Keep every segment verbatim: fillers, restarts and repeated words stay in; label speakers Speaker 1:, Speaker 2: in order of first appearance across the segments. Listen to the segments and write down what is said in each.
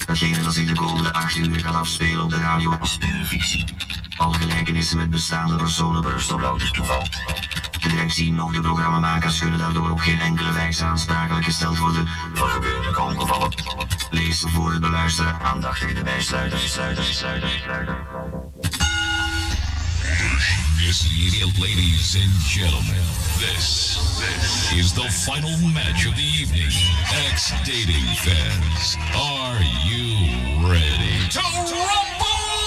Speaker 1: Datgene dat zich de komende acht uur gaat afspelen op de radio is pure fictie. Al gelijkenissen met bestaande personen berust op louter toeval. De directie nog de programmamakers kunnen daardoor op geen enkele wijze aansprakelijk gesteld worden voor gebeurlijke ongevallen. Lees voor het beluisteren aandachtig de bijsluiter, sluiter, sluiter, sluiter.
Speaker 2: Yes, ladies and gentlemen, this, this is the final match of the evening. Ex-dating fans, are you ready to rumble?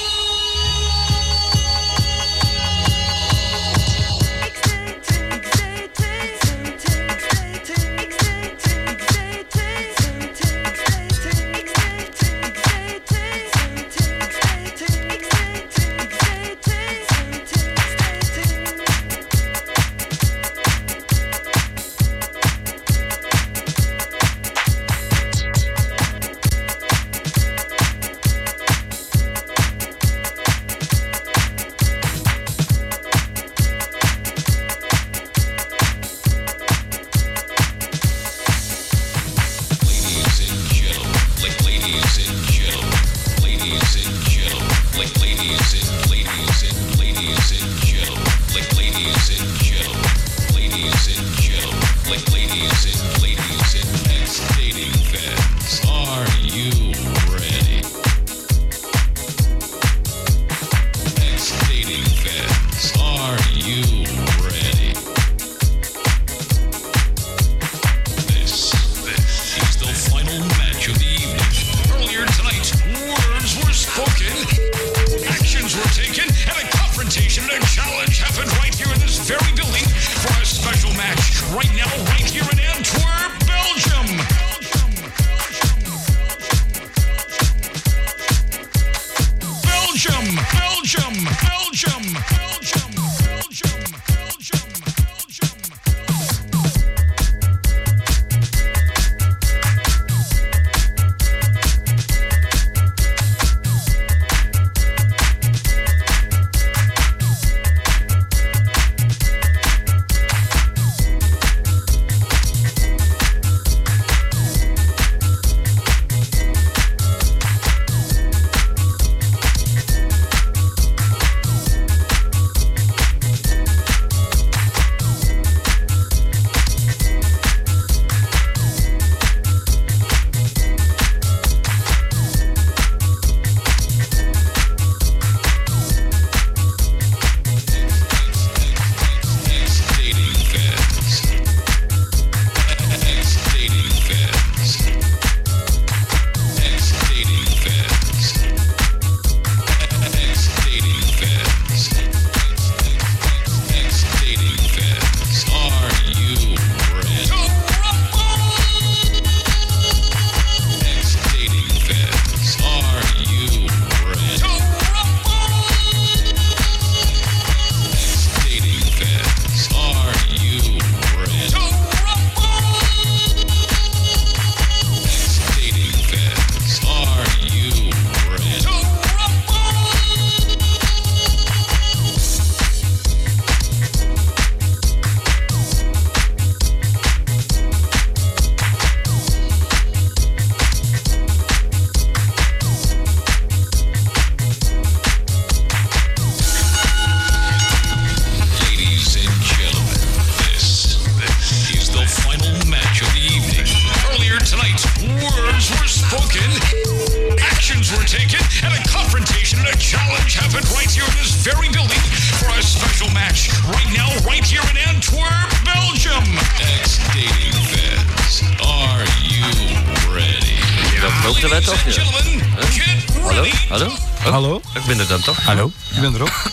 Speaker 3: Hallo, ik ben er ook.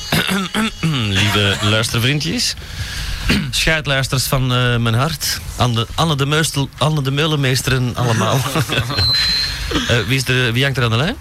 Speaker 4: Lieve luistervriendjes, schuitluisters van uh, mijn hart, Anne, Anne, de Meustel, Anne de Meulenmeesteren allemaal. uh, wie, is er, wie hangt er aan de lijn?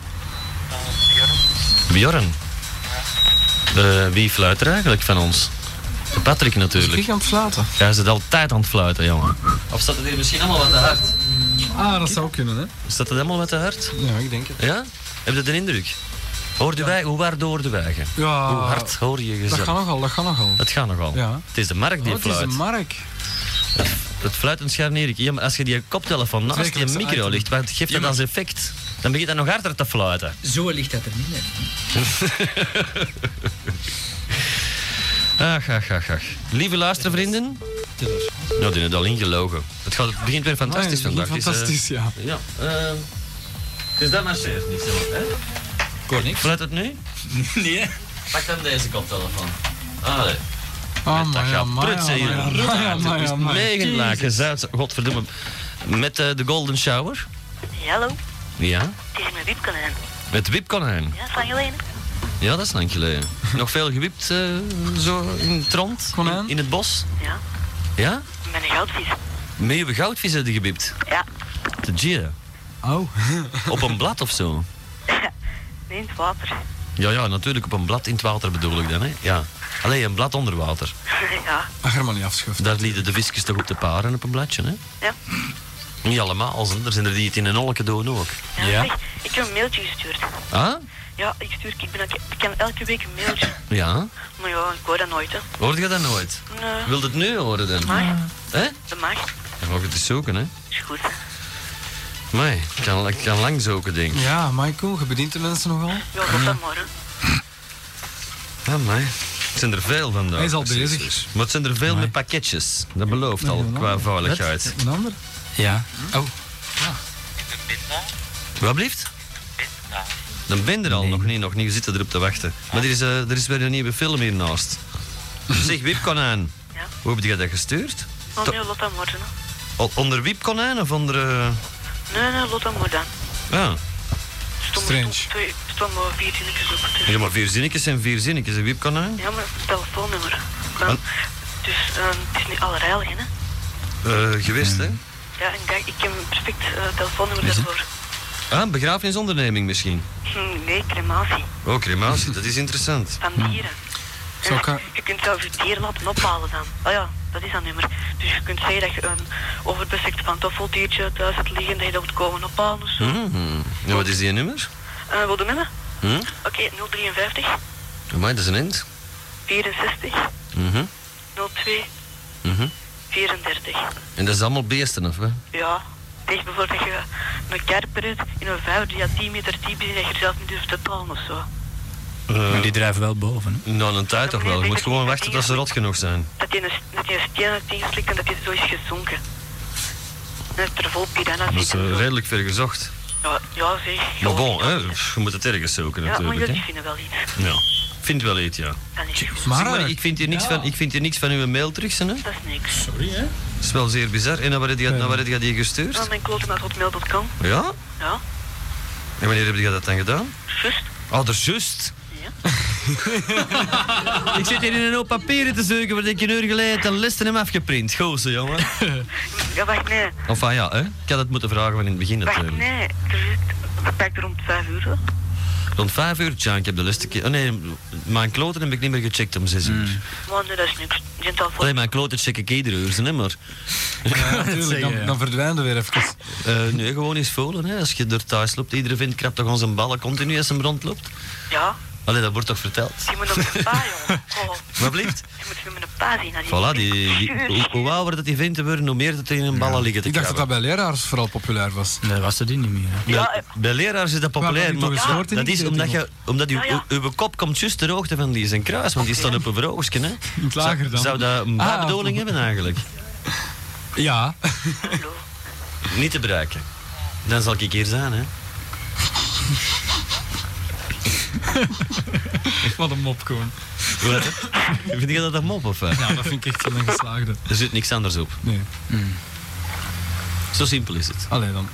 Speaker 4: Bjorn. Uh, wie fluit er eigenlijk van ons? De Patrick natuurlijk.
Speaker 3: Is ik aan het fluiten?
Speaker 4: Jij zit altijd aan het fluiten, jongen. Of staat het hier misschien allemaal wat te hard?
Speaker 3: Ah, dat zou kunnen, hè?
Speaker 4: Staat het helemaal wat te hard?
Speaker 3: Ja, ik denk het.
Speaker 4: Ja? Heb je de indruk? Hoor de wij, hoe hard hoor de wegen?
Speaker 3: Ja,
Speaker 4: hoe hard hoor je jezelf?
Speaker 3: Dat gaat nogal, dat gaat nogal.
Speaker 4: Het gaat nogal.
Speaker 3: Ja.
Speaker 4: Het is de Mark die
Speaker 3: oh,
Speaker 4: fluit.
Speaker 3: Het is de Mark.
Speaker 4: Het, het fluit een scharnierik. Ja, maar als je die koptelefoon naast je micro ligt, wat geeft dat als effect? Dan begint hij nog harder te fluiten.
Speaker 5: Zo ligt dat er niet net.
Speaker 4: Ach, ach, ach, ach. Lieve luistervrienden. Nou, die heeft al ingelogen. Het, gaat, het begint weer fantastisch
Speaker 3: Nee,
Speaker 4: vandaag. Het is, eh,
Speaker 3: fantastisch, ja.
Speaker 4: Ja. Uh, dus dat marcheert niet zo, hè?
Speaker 5: Ik hoor niks.
Speaker 4: Fluit het nu?
Speaker 5: Nee.
Speaker 4: Pak dan deze koptelefoon. Allee.
Speaker 3: Ah,
Speaker 4: Dat
Speaker 3: maar ja,
Speaker 4: gaat
Speaker 3: maar ja,
Speaker 4: prutsen hier.
Speaker 3: maar ja, maar ja, maar ja, maar ja.
Speaker 4: Negen laken, Zuid, godverdomme. Met uh, de golden shower.
Speaker 6: Hallo,
Speaker 4: Ja.
Speaker 6: het is mijn wipkonijn.
Speaker 4: Met wipkonijn.
Speaker 6: Ja, van geleden.
Speaker 4: Ja, dat is lang geleden. Nog veel gewipt uh, zo in het rond?
Speaker 3: Konijn?
Speaker 4: In, in het bos?
Speaker 6: Ja,
Speaker 4: Ja?
Speaker 6: met een goudvis.
Speaker 4: Met je goudvis heb je gewipt?
Speaker 6: Ja.
Speaker 4: Te Gia.
Speaker 3: Oh.
Speaker 4: Op een blad of zo?
Speaker 6: Nee, in het water.
Speaker 4: Ja, ja, natuurlijk op een blad in het water bedoel ik dan, hè? Ja. Alleen een blad onder water.
Speaker 6: Ja,
Speaker 3: Ach, er maar niet afschuift.
Speaker 4: Daar lieten de visjes toch op de paren op een bladje, hè?
Speaker 6: ja.
Speaker 4: Niet allemaal, hè. Er zijn er die het in een olke doen ook.
Speaker 6: Ja,
Speaker 3: Ja.
Speaker 6: zeg, ik heb een mailtje gestuurd.
Speaker 4: Ah?
Speaker 6: Ja, ik stuur, ik, ben, ik kan elke week een mailtje.
Speaker 4: Ja.
Speaker 6: Maar ja, ik hoor dat nooit, hè.
Speaker 4: Hoorde je dat nooit?
Speaker 6: Nee,
Speaker 4: Wilt het nu horen dan?
Speaker 6: dat mag.
Speaker 4: Hè?
Speaker 6: Dat mag.
Speaker 4: Dan ga ik het eens zoeken, hè?
Speaker 6: Is goed.
Speaker 4: Nee, ik kan, ik kan lang zoeken, denk ik.
Speaker 3: Ja, Michael, je bedient de mensen nogal.
Speaker 6: Ja, dat dan maar, hè.
Speaker 4: Ja, maar het zijn er veel vandaag.
Speaker 3: Hij is al
Speaker 4: Precies.
Speaker 3: bezig.
Speaker 4: Maar het zijn er veel
Speaker 3: Nee.
Speaker 4: met pakketjes. Dat belooft al
Speaker 3: Een
Speaker 4: qua
Speaker 3: ander.
Speaker 4: veiligheid.
Speaker 3: Wat? Een ander?
Speaker 5: Ja. Oh.
Speaker 4: Wat blieft? Dan ben je er al
Speaker 5: Nee.
Speaker 4: nog niet, nog niet. We zitten erop te wachten. Maar er is, uh, er is weer een nieuwe film hiernaast. Zeg, Wipkonijn.
Speaker 6: Ja.
Speaker 4: Hoe heb je dat gestuurd?
Speaker 6: Oh
Speaker 4: To-
Speaker 6: nee, laat dat maar, hè.
Speaker 4: O- onder Wipkonijn of onder... uh,
Speaker 6: Nee, nee, laat dat maar dan.
Speaker 4: Ja.
Speaker 6: Stond,
Speaker 3: Strange.
Speaker 6: stond, twee- stond maar vier zinnetjes op. Dus.
Speaker 4: ja, maar vier zinnetjes en vier zinnetjes. Een Wipkonijn?
Speaker 6: Ja, maar het telefoonnummer. Dan,
Speaker 4: Wat?
Speaker 6: dus uh, het is niet allerheilig, hè.
Speaker 4: Uh, geweest, hè?
Speaker 6: Ja, en kijk, ik heb een perfect uh, telefoonnummer
Speaker 5: Is het?
Speaker 6: daarvoor.
Speaker 4: Ah, een begrafenisonderneming misschien.
Speaker 6: Hm, nee, crematie.
Speaker 4: Oh, crematie. Dat is interessant.
Speaker 6: Van dieren.
Speaker 3: Zou
Speaker 6: En
Speaker 3: ik haar-
Speaker 6: je kunt zelf je dieren laten ophalen dan. Oh ja, dat is dat nummer. Dus je kunt zeggen dat je een overbesekt pantoffeldiertje thuis hebt liggen, dat je dat moet komen ophalen of zo.
Speaker 4: Mm. Ja, wat is die nummer?
Speaker 6: Uh, wil je met me?
Speaker 4: Hm?
Speaker 6: Oké, nul drieënvijftig,
Speaker 4: Amai, dat is een end.
Speaker 6: vierenzestig,
Speaker 4: Mhm.
Speaker 6: nul twee,
Speaker 4: Mhm.
Speaker 6: vierendertig.
Speaker 4: En dat is allemaal beesten, of wat?
Speaker 6: Ja, tegen bijvoorbeeld dat je een karper hebt in een vijver die ja tien meter diep is en dat je er zelf niet durft te talen of zo.
Speaker 5: Maar die drijven wel boven, hè?
Speaker 4: Nou, een tijd toch wel. Je moet gewoon wachten tot ze rot genoeg zijn.
Speaker 6: Dat je een, dat je een steen heeft ingeslikt en dat je zo is gezonken. En dat er vol piranha's
Speaker 4: Dat is
Speaker 6: zitten.
Speaker 4: uh, redelijk ver gezocht.
Speaker 6: Ja, ja zeg.
Speaker 4: Maar
Speaker 6: gewoon
Speaker 4: bon,
Speaker 6: niet
Speaker 4: hè,
Speaker 6: altijd.
Speaker 4: pff, je moet het ergens zoeken
Speaker 6: Ja, maar
Speaker 4: natuurlijk.
Speaker 6: jullie
Speaker 4: Hè.
Speaker 6: vinden wel iets.
Speaker 4: Ja, vind wel iets, ja.
Speaker 6: Dat is goed.
Speaker 3: Maar,
Speaker 4: Zeg maar,
Speaker 3: eh,
Speaker 4: ik vind hier niks, van, ik vind hier niks van uw mail terug, hè.
Speaker 6: Dat is niks.
Speaker 5: Sorry, hè?
Speaker 4: Dat is wel zeer bizar. En naar waar heb je, naar waar heb je die gestuurd?
Speaker 6: Ja, mijn kloten naar hotmail punt com.
Speaker 4: Ja?
Speaker 6: Ja,
Speaker 4: En wanneer heb je dat dan gedaan?
Speaker 6: juist.
Speaker 4: Oh, dat is juist.
Speaker 6: Ja.
Speaker 4: Ik zit hier in een hoop papieren te zoeken, waar ik een uur geleden ten listen heb afgeprint. Gozer, jongen.
Speaker 6: Ja, wacht, nee.
Speaker 4: Enfin ja, hè. Ik had het moeten vragen van in het begin
Speaker 6: Wacht,
Speaker 4: natuurlijk.
Speaker 6: nee. Er is- Het pakt rond vijf uur. Hè.
Speaker 4: Rond vijf uur, tja, ik heb de liste... ke- Oh nee, mijn kloten heb ik niet meer gecheckt om zes uur.
Speaker 6: Maar nee, dat is niks. Die telefoon.
Speaker 4: Allee, mijn kloten check ik iedere uur, hè, maar...
Speaker 3: Ja, natuurlijk.
Speaker 5: zeggen,
Speaker 3: Dan,
Speaker 5: ja.
Speaker 3: dan verdwijnen we weer even.
Speaker 4: eh, nee, gewoon eens voelen, hè. Als je er thuis loopt, iedereen vindt krapt toch onze ballen continu als hem rondloopt.
Speaker 6: Ja,
Speaker 4: Allee, dat wordt toch verteld?
Speaker 6: je moet op een pa, jongen. Oh,
Speaker 4: Wat blieft?
Speaker 6: je moet je met een pa zien.
Speaker 4: Voilà, die, die, hoe, hoe ouder dat die vindt worden, hoe meer dat er in een ballen liggen te
Speaker 3: Ik dacht dat dat
Speaker 4: krabben.
Speaker 3: bij leraars vooral populair was.
Speaker 5: Nee, was er die niet meer, hè?
Speaker 6: Ja,
Speaker 4: Bij,
Speaker 6: eh,
Speaker 4: bij leraars is dat populair,
Speaker 3: heb je
Speaker 4: maar
Speaker 3: toch eens gehoord in
Speaker 4: dat
Speaker 3: die
Speaker 4: is
Speaker 3: zin,
Speaker 4: omdat,
Speaker 3: Timo?
Speaker 4: je, omdat uw,
Speaker 6: Ja, ja.
Speaker 4: uw kop komt juist ter hoogte van die zijn kruis, want die staat op een verhoogstje. Hè.
Speaker 3: In het lager dan.
Speaker 4: Zou dat een
Speaker 3: Ah,
Speaker 4: bedoeling hebben eigenlijk?
Speaker 3: Ja.
Speaker 6: hallo.
Speaker 4: Niet te bereiken. Dan zal ik hier zijn, hè.
Speaker 3: Wat een mop gewoon.
Speaker 4: Wat? Vind je dat een mop of wat?
Speaker 3: Ja, dat vind ik echt wel een geslaagde.
Speaker 4: Er zit niks anders op.
Speaker 3: Nee.
Speaker 4: Zo simpel is het.
Speaker 3: Allee dan.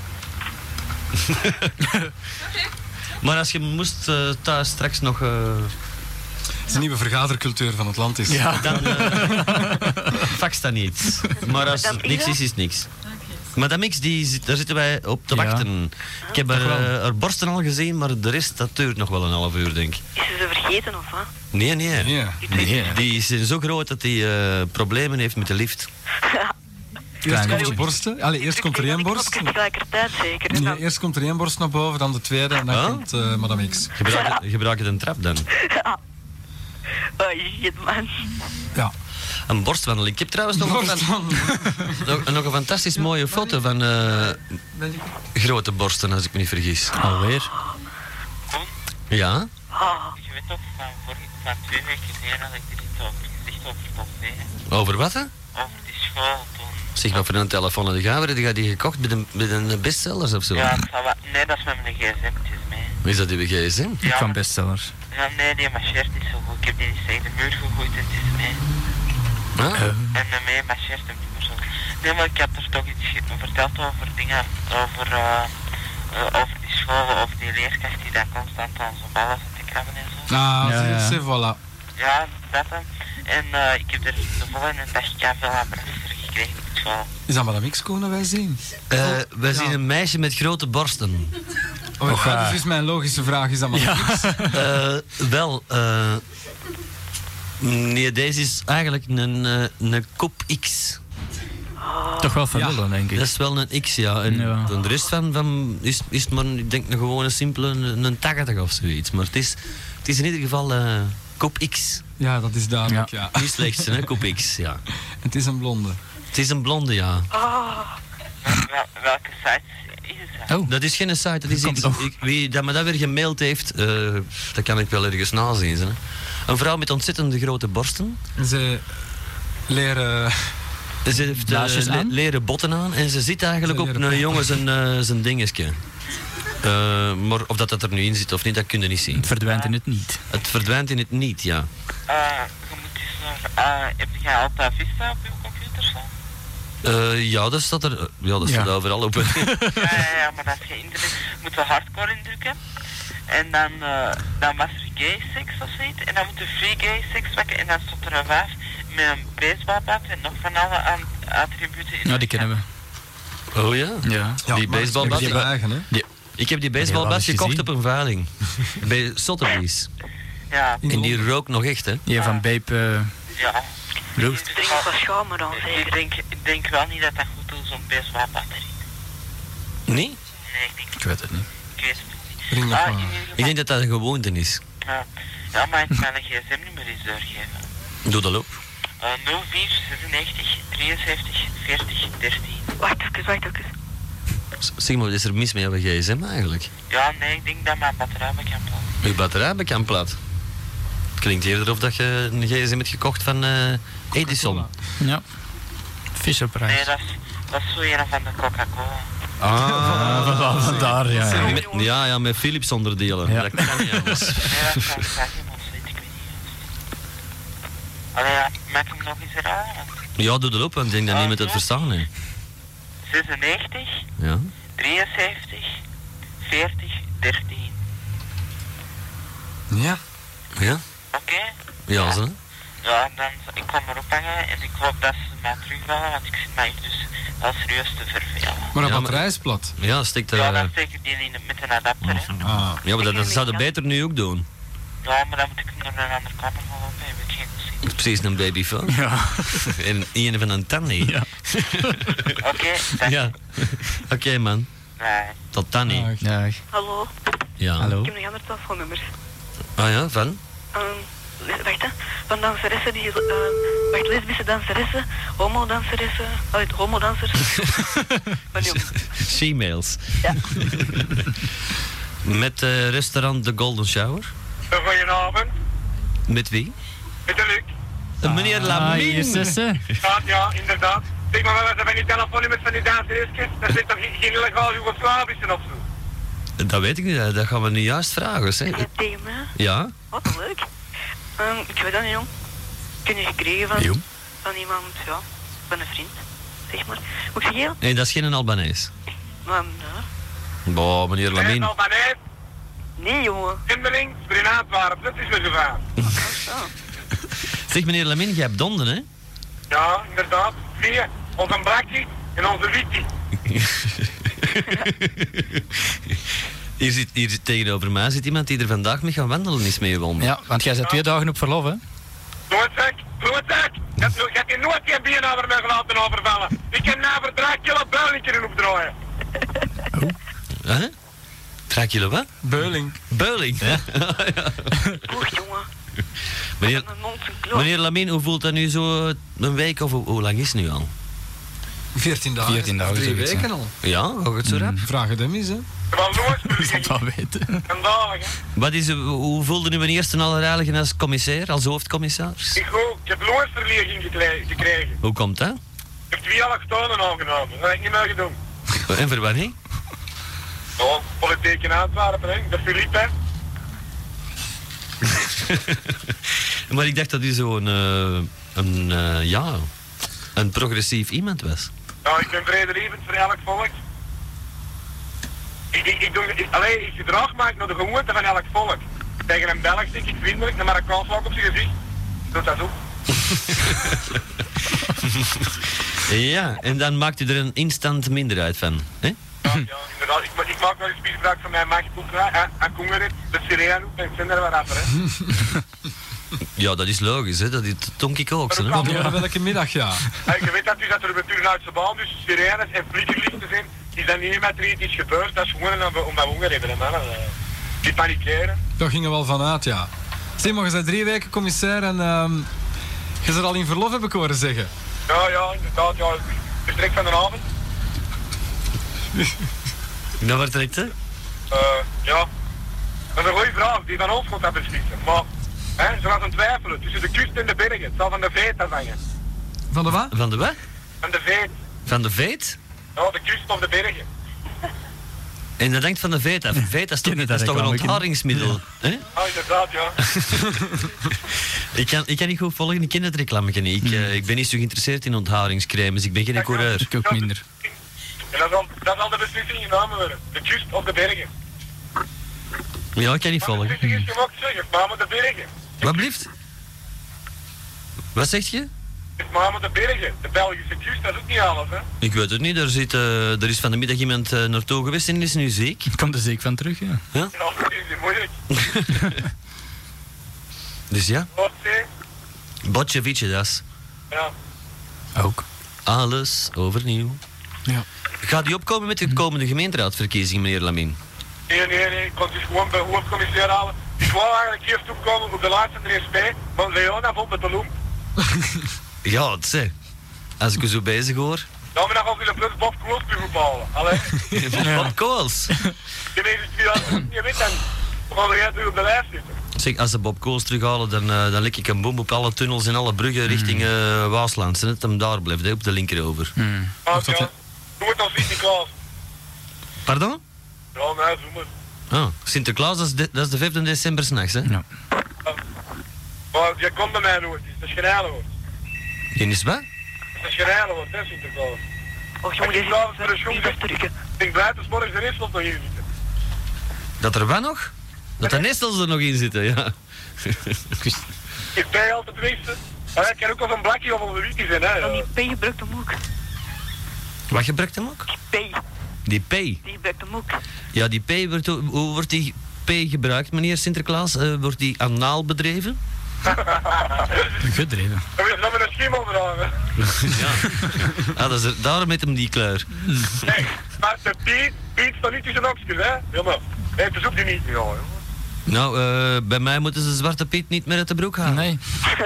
Speaker 4: Maar als je moest uh, thuis straks nog... Uh,
Speaker 3: Het is een nieuwe vergadercultuur van het land is.
Speaker 5: Ja.
Speaker 4: dan... Uh, fax dat niet. Maar als
Speaker 6: Madame
Speaker 4: het niks
Speaker 6: Ida?
Speaker 4: is, is het niks. Madame X, die zit, daar zitten wij op te
Speaker 3: Ja.
Speaker 4: wachten. Ik heb haar, uh, haar borsten al gezien, maar de rest, dat duurt nog wel een half uur, denk ik.
Speaker 6: Is ze ze vergeten of wat?
Speaker 4: Nee, nee.
Speaker 3: Ja.
Speaker 5: Nee, hè?
Speaker 4: Die is zo groot dat hij uh, problemen heeft met de lift.
Speaker 3: Eerst komt
Speaker 6: Ja.
Speaker 3: de borsten. Allee, eerst komt er één borst.
Speaker 6: Tegelijkertijd zeker. hè?
Speaker 3: Nee,
Speaker 6: Dan-
Speaker 3: eerst komt er één borst naar boven, dan de tweede en dan
Speaker 4: Huh?
Speaker 3: komt uh, Madame X.
Speaker 4: Gebruik, gebruik het een trap dan.
Speaker 6: Oh shit, man.
Speaker 3: Ja.
Speaker 4: Een borstwandeling. Ik heb trouwens nog, een, fan- nog, nog een fantastisch mooie foto van uh, grote borsten, als ik me niet vergis.
Speaker 5: Alweer?
Speaker 4: Ja?
Speaker 7: Je weet toch, van, vorige, van twee weken geleden had ik er iets over gezegd over top twee.
Speaker 4: Over wat, hè?
Speaker 7: Over die school toen.
Speaker 4: Zeg maar voor een telefoon aan de gaver, heb je die gekocht met een, met een bestsellers of zo?
Speaker 7: Ja, het zal wel- nee, dat is met mijn gsm'tjes mee.
Speaker 4: Is dat uw gsm?
Speaker 5: Ik van bestsellers.
Speaker 7: Ja, nee, die marcheert niet zo goed. Ik heb die niet tegen de muur gegooid en het is mee.
Speaker 4: Ah.
Speaker 7: En de mee marcheert hem niet meer zo. Nee, maar ik heb er toch iets ge- verteld over dingen, over, uh, uh, over die scholen, over die leerkracht die daar constant aan zijn ballen zit te krabben en zo.
Speaker 3: Ah,
Speaker 5: Ja, ja.
Speaker 3: zie, voilà.
Speaker 7: Ja, dat dan. En uh, ik heb er de volgende dag veel aan voor gekregen op school.
Speaker 3: Is dat Madame X komen wij zien?
Speaker 4: Uh, wij
Speaker 3: Ja.
Speaker 4: zien een meisje met grote borsten.
Speaker 3: Oh,
Speaker 5: Och,
Speaker 3: ja,
Speaker 5: ah.
Speaker 3: dus is mijn logische vraag, is dat Madame X?
Speaker 4: Uh, wel, uh, nee, deze is eigenlijk een, uh, een kop X.
Speaker 5: Toch wel van
Speaker 3: Ja.
Speaker 5: willen, denk ik.
Speaker 4: Dat is wel een X, ja. En
Speaker 5: Ja.
Speaker 4: dan de rest van, van is, is het maar, ik denk, een gewone simpele een, een tachtig of zoiets. Maar het is, het is in ieder geval uh, kop X.
Speaker 3: Ja, dat is duidelijk, ja.
Speaker 4: Niet slechtste, hè, kop X, ja.
Speaker 3: Het is een blonde.
Speaker 4: Het is een blonde, ja.
Speaker 7: Wel- welke site is het?
Speaker 5: Oh,
Speaker 4: Dat is geen site, dat is
Speaker 5: Komt
Speaker 4: iets.
Speaker 5: nog.
Speaker 4: Ik, wie dat me dat weer gemaild heeft, uh, dat kan ik wel ergens nazien. Hè. Een vrouw met ontzettend grote borsten.
Speaker 3: Ze leren...
Speaker 4: Ze heeft
Speaker 5: Blaasjes
Speaker 4: uh, le-
Speaker 5: aan?
Speaker 4: leren botten aan en ze zit eigenlijk
Speaker 3: Ze
Speaker 4: op
Speaker 3: leren
Speaker 4: een jongen zijn, uh, zijn dingetje. Uh, maar of dat, dat er nu in zit of niet, dat kun je niet zien.
Speaker 5: het verdwijnt in het niet.
Speaker 4: Het verdwijnt in het niet, ja.
Speaker 7: Uh, je moet eens naar... Uh, heb jij Alta Vista op je computer staan?
Speaker 4: Uh, ja, dat staat er ja, dat staat
Speaker 5: Ja.
Speaker 4: overal op.
Speaker 7: ja, ja, ja, maar als je internet moet je hardcore indrukken. En dan, uh, dan was er gay sex of zoiets. En dan moet je free gay sex pakken. En dan stond er een wijf met een baseballbat en nog van alle aan- attributen. in
Speaker 5: Ja, die
Speaker 7: haar
Speaker 5: kennen we.
Speaker 4: Oh ja?
Speaker 5: Ja.
Speaker 4: Die baseballbat.
Speaker 3: Die hebben eigen, hè?
Speaker 4: Ik heb die
Speaker 5: wel
Speaker 4: baseballbat
Speaker 5: eens
Speaker 4: gekocht
Speaker 5: gezien.
Speaker 4: op een veiling. Bij Sotheby's.
Speaker 7: Ja,
Speaker 3: In
Speaker 4: En die
Speaker 3: Londen.
Speaker 4: rook nog echt, hè?
Speaker 5: Die van Bape uh,
Speaker 7: ja.
Speaker 5: Roest.
Speaker 6: Drink wat schamen dan,
Speaker 7: Ik
Speaker 6: zeker.
Speaker 7: denk, ik denk wel niet dat dat goed is, zo'n baseballbat erin.
Speaker 4: Nee?
Speaker 7: Nee, ik denk
Speaker 5: Ik weet het niet.
Speaker 7: ik weet het niet.
Speaker 3: Ring nog
Speaker 7: Ah,
Speaker 3: maar.
Speaker 7: in ieder geval-
Speaker 4: Ik denk dat dat een gewoonte is.
Speaker 7: Ja, ja, maar ik kan een gsm-nummer eens doorgeven.
Speaker 4: Doe dat op.
Speaker 7: Uh, nul vier zesennegentig drieënzeventig veertig dertien.
Speaker 6: Wacht even, wacht even.
Speaker 4: S- Zeg maar, wat is er mis met jouw gsm eigenlijk?
Speaker 7: Ja, nee, ik denk dat mijn batterij bekend was.
Speaker 4: Je batterij bekend plat. Het klinkt eerder of dat je een gsm hebt gekocht van uh, Edison.
Speaker 5: Ja. Fisherprijs.
Speaker 7: Nee, dat is, dat is zo een van de Coca-Cola.
Speaker 4: Ah,
Speaker 5: Vandaar, ja. ja.
Speaker 4: Met- ja, ja, met Philips onderdelen.
Speaker 5: Ja.
Speaker 4: Dat kan niet anders.
Speaker 7: Nee, dat kan graag iemand zoiets, ik weet niet. Allee, ja, maak ik hem nog eens herhalen?
Speaker 4: Ja, doe dat op, want ik denk dat niemand het verstaan heeft.
Speaker 7: zesennegentig
Speaker 4: Ja.
Speaker 7: drieënzeventig veertig dertien.
Speaker 3: Ja.
Speaker 4: Ja?
Speaker 7: Oké?
Speaker 4: Ja, zo.
Speaker 7: Ja, dan, ik kom erop hangen en ik hoop dat ze mij terugbellen, want ik zit mij hier dus wel serieus te vervelen.
Speaker 3: Maar een
Speaker 4: Ja,
Speaker 3: batterij is plat.
Speaker 4: Ja, steekt er...
Speaker 7: Ja,
Speaker 4: eh,
Speaker 7: dan steek ik die in, met een adapter, hè.
Speaker 3: Ah.
Speaker 4: ja, maar dat, dat zou je beter nu ook doen.
Speaker 7: Ja, maar dan moet ik hem naar een andere kamer gaan lopen, heb ik geen zin.
Speaker 4: Precies een babyfoon.
Speaker 5: Ja.
Speaker 4: En een van een tannie.
Speaker 5: Ja.
Speaker 7: Oké, dank
Speaker 4: Ja. Oké, man.
Speaker 7: Nee.
Speaker 4: Tot tannie.
Speaker 3: Ah,
Speaker 5: Ja.
Speaker 6: Hallo,
Speaker 4: Ja.
Speaker 5: Hallo.
Speaker 6: ik heb nog andere telefoonnummers.
Speaker 4: Ah ja, van?
Speaker 6: Ehm, le- wacht hè, van danseressen die, uh, wacht, lesbische danseressen, homodanseressen, allee, homodansers. Van jong.
Speaker 4: She-mails.
Speaker 6: Ja.
Speaker 4: Met eh, restaurant The Golden Shower.
Speaker 8: Goedenavond,
Speaker 4: Met wie?
Speaker 8: met de Luc.
Speaker 4: Eh, Meneer
Speaker 5: Ah,
Speaker 4: Lamin.
Speaker 5: hier zussen.
Speaker 8: Ja, ja, inderdaad. Zeg maar, wat zijn van die telefoonnummers van die danseresjes? Dat zit toch geen geen illegaal Joegoslavische of zo?
Speaker 4: Dat weet ik niet, dat gaan we nu juist vragen. Zeg.
Speaker 6: Ja, tegen mij.
Speaker 4: Ja?
Speaker 6: Wat leuk. Ehm, ik weet dat niet, jong. Kun je gekregen van,
Speaker 5: Jong.
Speaker 6: van iemand, ja, van een vriend, zeg maar. Moet ik zeggen?
Speaker 4: Nee, dat is geen Albanees.
Speaker 6: Maar, nee.
Speaker 4: Boah, meneer
Speaker 8: En
Speaker 4: Lamin.
Speaker 8: al van hij,
Speaker 6: Nee, jongen.
Speaker 8: Timmerling, voor Antwerpen, dat is mijn gevaar.
Speaker 6: Zo.
Speaker 4: Zeg meneer Lamin, jij hebt donden, hè?
Speaker 8: Ja, inderdaad. Twee, onze Blackie en onze Witty.
Speaker 4: Hier zit, hier zit tegenover mij zit iemand die er vandaag mee gaan wandelen is mee wandelen.
Speaker 5: Ja, want jij bent twee dagen op verlof, hè?
Speaker 8: Noodzak, noodzak. Je hebt je hebt hier nooit geen bier over mij gelaten overvallen. Ik kan na voor drie kilo builingen opdraaien.
Speaker 4: Huh? Draak jullie wat?
Speaker 3: Beuling.
Speaker 4: Beuling. Ja.
Speaker 6: Goed, jongen.
Speaker 4: Meneer,
Speaker 6: Een mond, een kloot.
Speaker 4: meneer Lamine, hoe voelt dat nu zo een week of hoe, hoe lang is het nu al?
Speaker 3: veertien dagen.
Speaker 5: veertien dagen,
Speaker 3: Drie
Speaker 5: zoiets,
Speaker 3: weken
Speaker 5: hè.
Speaker 3: al.
Speaker 4: Ja, gaat het zo rap?
Speaker 3: Vraag het hem eens, hè.
Speaker 8: Wel nooit
Speaker 5: Dat
Speaker 8: verlieging.
Speaker 5: wel weten.
Speaker 8: Vandaag, hè.
Speaker 4: Wat is, hoe voelde u meneer ten allerheiligen als commissair, als hoofdcommissaris?
Speaker 8: Ik ook. Ik heb nooit verlieging gekle- gekregen.
Speaker 4: Hoe komt dat?
Speaker 8: Ik heb twee allochtonen aangenomen. Dat heb ik niet meer gedaan.
Speaker 4: En voor wanneer?
Speaker 8: Ja, politiek in Antwerpen, hè. De Philippe, hè.
Speaker 4: Maar ik dacht dat u zo'n, uh, een, uh, ja, een progressief iemand was.
Speaker 8: Nou, ik ben vredelievend voor elk volk. Ik, ik, ik, doe, ik, allee, ik gedrag maak naar de gewoonte van elk volk. Tegen een Belg zeg ik vriendelijk, een Marokkaans ook op zijn gezicht. Doet dat ook.
Speaker 4: Ja, en dan maakt u er een instant minderheid van. Hè?
Speaker 8: Ja, ja, inderdaad. Ik, ma- ik maak wel eens misbruik van mijn macht. En Koengerit, de sirene ook, en ik vind er wat rapper, hè.
Speaker 4: Ja, dat is logisch, hè? Dat tonk ik ook. Zo, hè?
Speaker 8: Maar
Speaker 3: Ja, welke middag, ja.
Speaker 8: Hey, je weet dat dus dat er op de Uitse baan dus sirenes en vliegenlichten zijn. Die zijn niet met er iets gebeurd. Dat is gewoon om, om mijn honger hebben, hè, mannen. Uh, die panikeren.
Speaker 3: Daar gingen we wel vanuit, ja. Zeg, maar je bent drie weken commissair en ehm je zit al in verlof, heb ik horen zeggen.
Speaker 8: Ja, ja, inderdaad. Ja. Vertrek van de avond.
Speaker 4: Nou, waar trekt, hè?
Speaker 8: Uh, ja. Dat is een goede vraag. Die van ons gaat dat beslissen. Maar, hè, ze gaan twijfelen tussen de kust en de bergen. Het zal van de veet afhangen.
Speaker 3: Van de wat?
Speaker 4: Van de wat?
Speaker 8: Van de veet.
Speaker 4: Van de veet?
Speaker 8: Ja, de kust of de bergen.
Speaker 4: En dat denkt van de veet af. Veet, dat is toch,
Speaker 5: Ken je
Speaker 4: dat is
Speaker 5: dat
Speaker 4: toch een
Speaker 5: reclame?
Speaker 4: ontharingsmiddel? Hè?
Speaker 8: Ja, inderdaad, ja.
Speaker 4: Ik, kan, ik kan niet goed volgen, ik ken het reclame niet. Ik, uh, ik ben niet zo geïnteresseerd in ontharingscremes, ik ben geen coureur.
Speaker 5: Ik ook minder.
Speaker 8: En dat zal, dat zal de beslissing genomen worden. De kust of de bergen.
Speaker 4: Ja, ik kan niet
Speaker 8: Maar de
Speaker 4: volgen.
Speaker 8: beslissing is gemaakt, zeg. Het maar met de bergen.
Speaker 4: Wat blieft? Wat zeg je?
Speaker 8: Het maar met de bergen. De Belgische kust, dat is ook niet alles, hè.
Speaker 4: Ik weet het niet, er, zit, uh, er is van de middag iemand uh, naartoe geweest en is nu ziek.
Speaker 5: Komt er zeker van terug, ja.
Speaker 4: Ja?
Speaker 8: Ja, dat is moeilijk.
Speaker 4: Dus ja,
Speaker 8: Wat, hè?
Speaker 4: Botjevice das.
Speaker 8: Ja.
Speaker 5: Ook.
Speaker 4: Alles overnieuw.
Speaker 3: Ja.
Speaker 4: Gaat u opkomen met de komende gemeenteraadverkiezing, meneer Lamine?
Speaker 8: Nee, nee, nee. Ik kon dus gewoon bij hoofdcommissair halen. Ik wou eigenlijk eerst opkomen op de laatste R S P, maar Leona vond het te loem.
Speaker 4: Ja, het zeg. Als ik u zo bezig hoor.
Speaker 8: Nou, maar dan gaan we de plus Bob Koos terug ophalen. Allee.
Speaker 4: Bob Kools.
Speaker 8: Je weet het niet, je weet dan. We gaan er jij terug op de lijst zitten.
Speaker 4: Zeg, als ze Bob Kools terughalen, dan, uh, dan lik ik een boom op alle tunnels en alle bruggen richting uh, Waasland. Zodat hem daar blijft, hè, op de linkerover.
Speaker 5: Hmm.
Speaker 8: Ah, ja. Doe het als Sinterklaas.
Speaker 4: Pardon?
Speaker 8: Ja, nee, doe maar.
Speaker 4: Oh, Sinterklaas, dat is de, dat is de vijfde december s'nachts, hè?
Speaker 5: Ja.
Speaker 8: Maar jij komt bij mij nooit. Dat is geen eilenwoord.
Speaker 4: Geen is wat?
Speaker 8: Dat is geen eilenwoord, hè, Sinterklaas.
Speaker 6: Och jongen,
Speaker 8: Ik
Speaker 6: je
Speaker 8: ga
Speaker 6: zit
Speaker 8: voor de
Speaker 6: niet
Speaker 8: schoen
Speaker 6: wegdrukken.
Speaker 8: Ik denk blij dat morgens de rest nog hier zitten.
Speaker 4: Dat er wat nog? Dat de nestels er nog in zitten, ja.
Speaker 8: Ik ben altijd wisten. Maar ik kan ook al zo'n blakje of een wietje zijn, hè.
Speaker 6: Dan
Speaker 8: Ja.
Speaker 6: die P gebruikt hem ook.
Speaker 4: Wat gebruikt hem ook?
Speaker 6: Die P,
Speaker 4: Die P.
Speaker 6: die gebruikt hem ook.
Speaker 4: Ja, die P, wordt, hoe wordt die P gebruikt, meneer Sinterklaas? Uh, wordt die anaal bedreven?
Speaker 5: Gedreven.
Speaker 8: Dan wil je met een schimmel dragen.
Speaker 4: Ja. Ah, dat is er, daarom met hem die kleur.
Speaker 8: Nee, maar de Piet, Piet staat niet tussen oksjes, hè. Helemaal. Nee, dat zoekt hij niet. Ja, joh.
Speaker 4: Nou, uh, bij mij moeten ze Zwarte Piet niet meer uit de broek halen.
Speaker 5: Nee.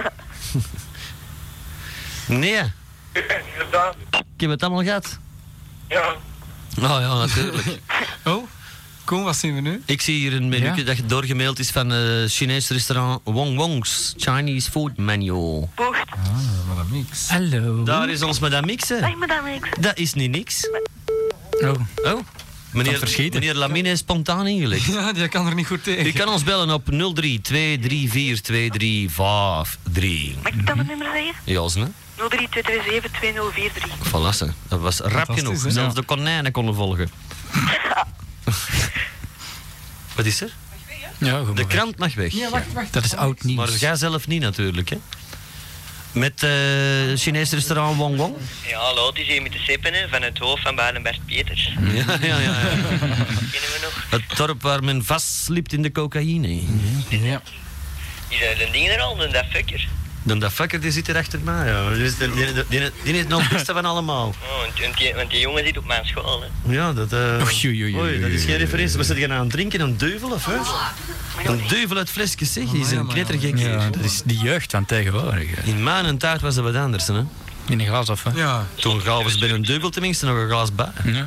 Speaker 4: Nee,
Speaker 8: Inderdaad.
Speaker 4: ik heb het allemaal gehad.
Speaker 8: Ja.
Speaker 4: Oh ja, natuurlijk.
Speaker 3: Oh, Koen, wat zien we nu?
Speaker 4: Ik zie hier een menu
Speaker 5: Ja.
Speaker 4: dat doorgemaild is van het Chinese restaurant Wong Wong's Chinese Food Menu.
Speaker 6: Poort.
Speaker 3: Ah, wat een mix.
Speaker 5: Hallo.
Speaker 4: Daar is ons madame mixen.
Speaker 6: Zeg me dan niks.
Speaker 4: Dat is niet niks.
Speaker 5: Oh.
Speaker 4: Oh, meneer,
Speaker 5: verschieten.
Speaker 4: meneer Lamine is spontaan ingelegd.
Speaker 3: Ja, die kan er niet goed tegen.
Speaker 4: U kan ons bellen op nul drie twee drie vier twee drie vijf drie.
Speaker 6: Mag ik dan het nummer zeggen?
Speaker 4: Ja, hè?
Speaker 6: nul drie twee twee zeven twee nul vier drie.
Speaker 4: Voilà, ze. Dat was rap
Speaker 3: Fantastisch,
Speaker 4: genoeg.
Speaker 3: hè?
Speaker 4: Zelfs de konijnen konden volgen. Wat is er?
Speaker 5: Ja, goed
Speaker 4: De
Speaker 5: maar
Speaker 4: krant mag weg.
Speaker 3: Ja, wacht, wacht.
Speaker 5: dat is oud nieuws.
Speaker 4: Maar jij zelf niet natuurlijk, hè? Met het uh, Chinese restaurant Wong Wong?
Speaker 9: Ja, hallo, het is hier met de Seppen hè, van het hoofd van Baden-Bert Pieters.
Speaker 4: Ja, ja, ja, ja.
Speaker 9: Kennen we nog?
Speaker 4: Het dorp waar men vastslipt in de cocaïne.
Speaker 3: Ja.
Speaker 9: Is dat een ding er al, een dat fucker?
Speaker 4: Dan dat fucker die zit er achter mij. Ja. Die, is de, die, die, die, die is nog het beste van allemaal.
Speaker 9: Oh, want, die, want die jongen zit op mijn school, hè.
Speaker 4: Ja, dat, uh,
Speaker 5: Oei, oei, oei,
Speaker 4: oei, dat is geen
Speaker 5: oei,
Speaker 4: referentie. Wat zit je aan het drinken? Een duivel of wat? Een duivel uit flesjes, zeg. Die is een knettergek.
Speaker 5: Ja, dat is die jeugd van tegenwoordig. hè.
Speaker 4: In mijn tijd was dat wat anders, hè.
Speaker 5: In een glas of hè?
Speaker 3: Ja.
Speaker 4: Toen gaven ze bij een duivel tenminste nog een glas bij.
Speaker 5: Ja.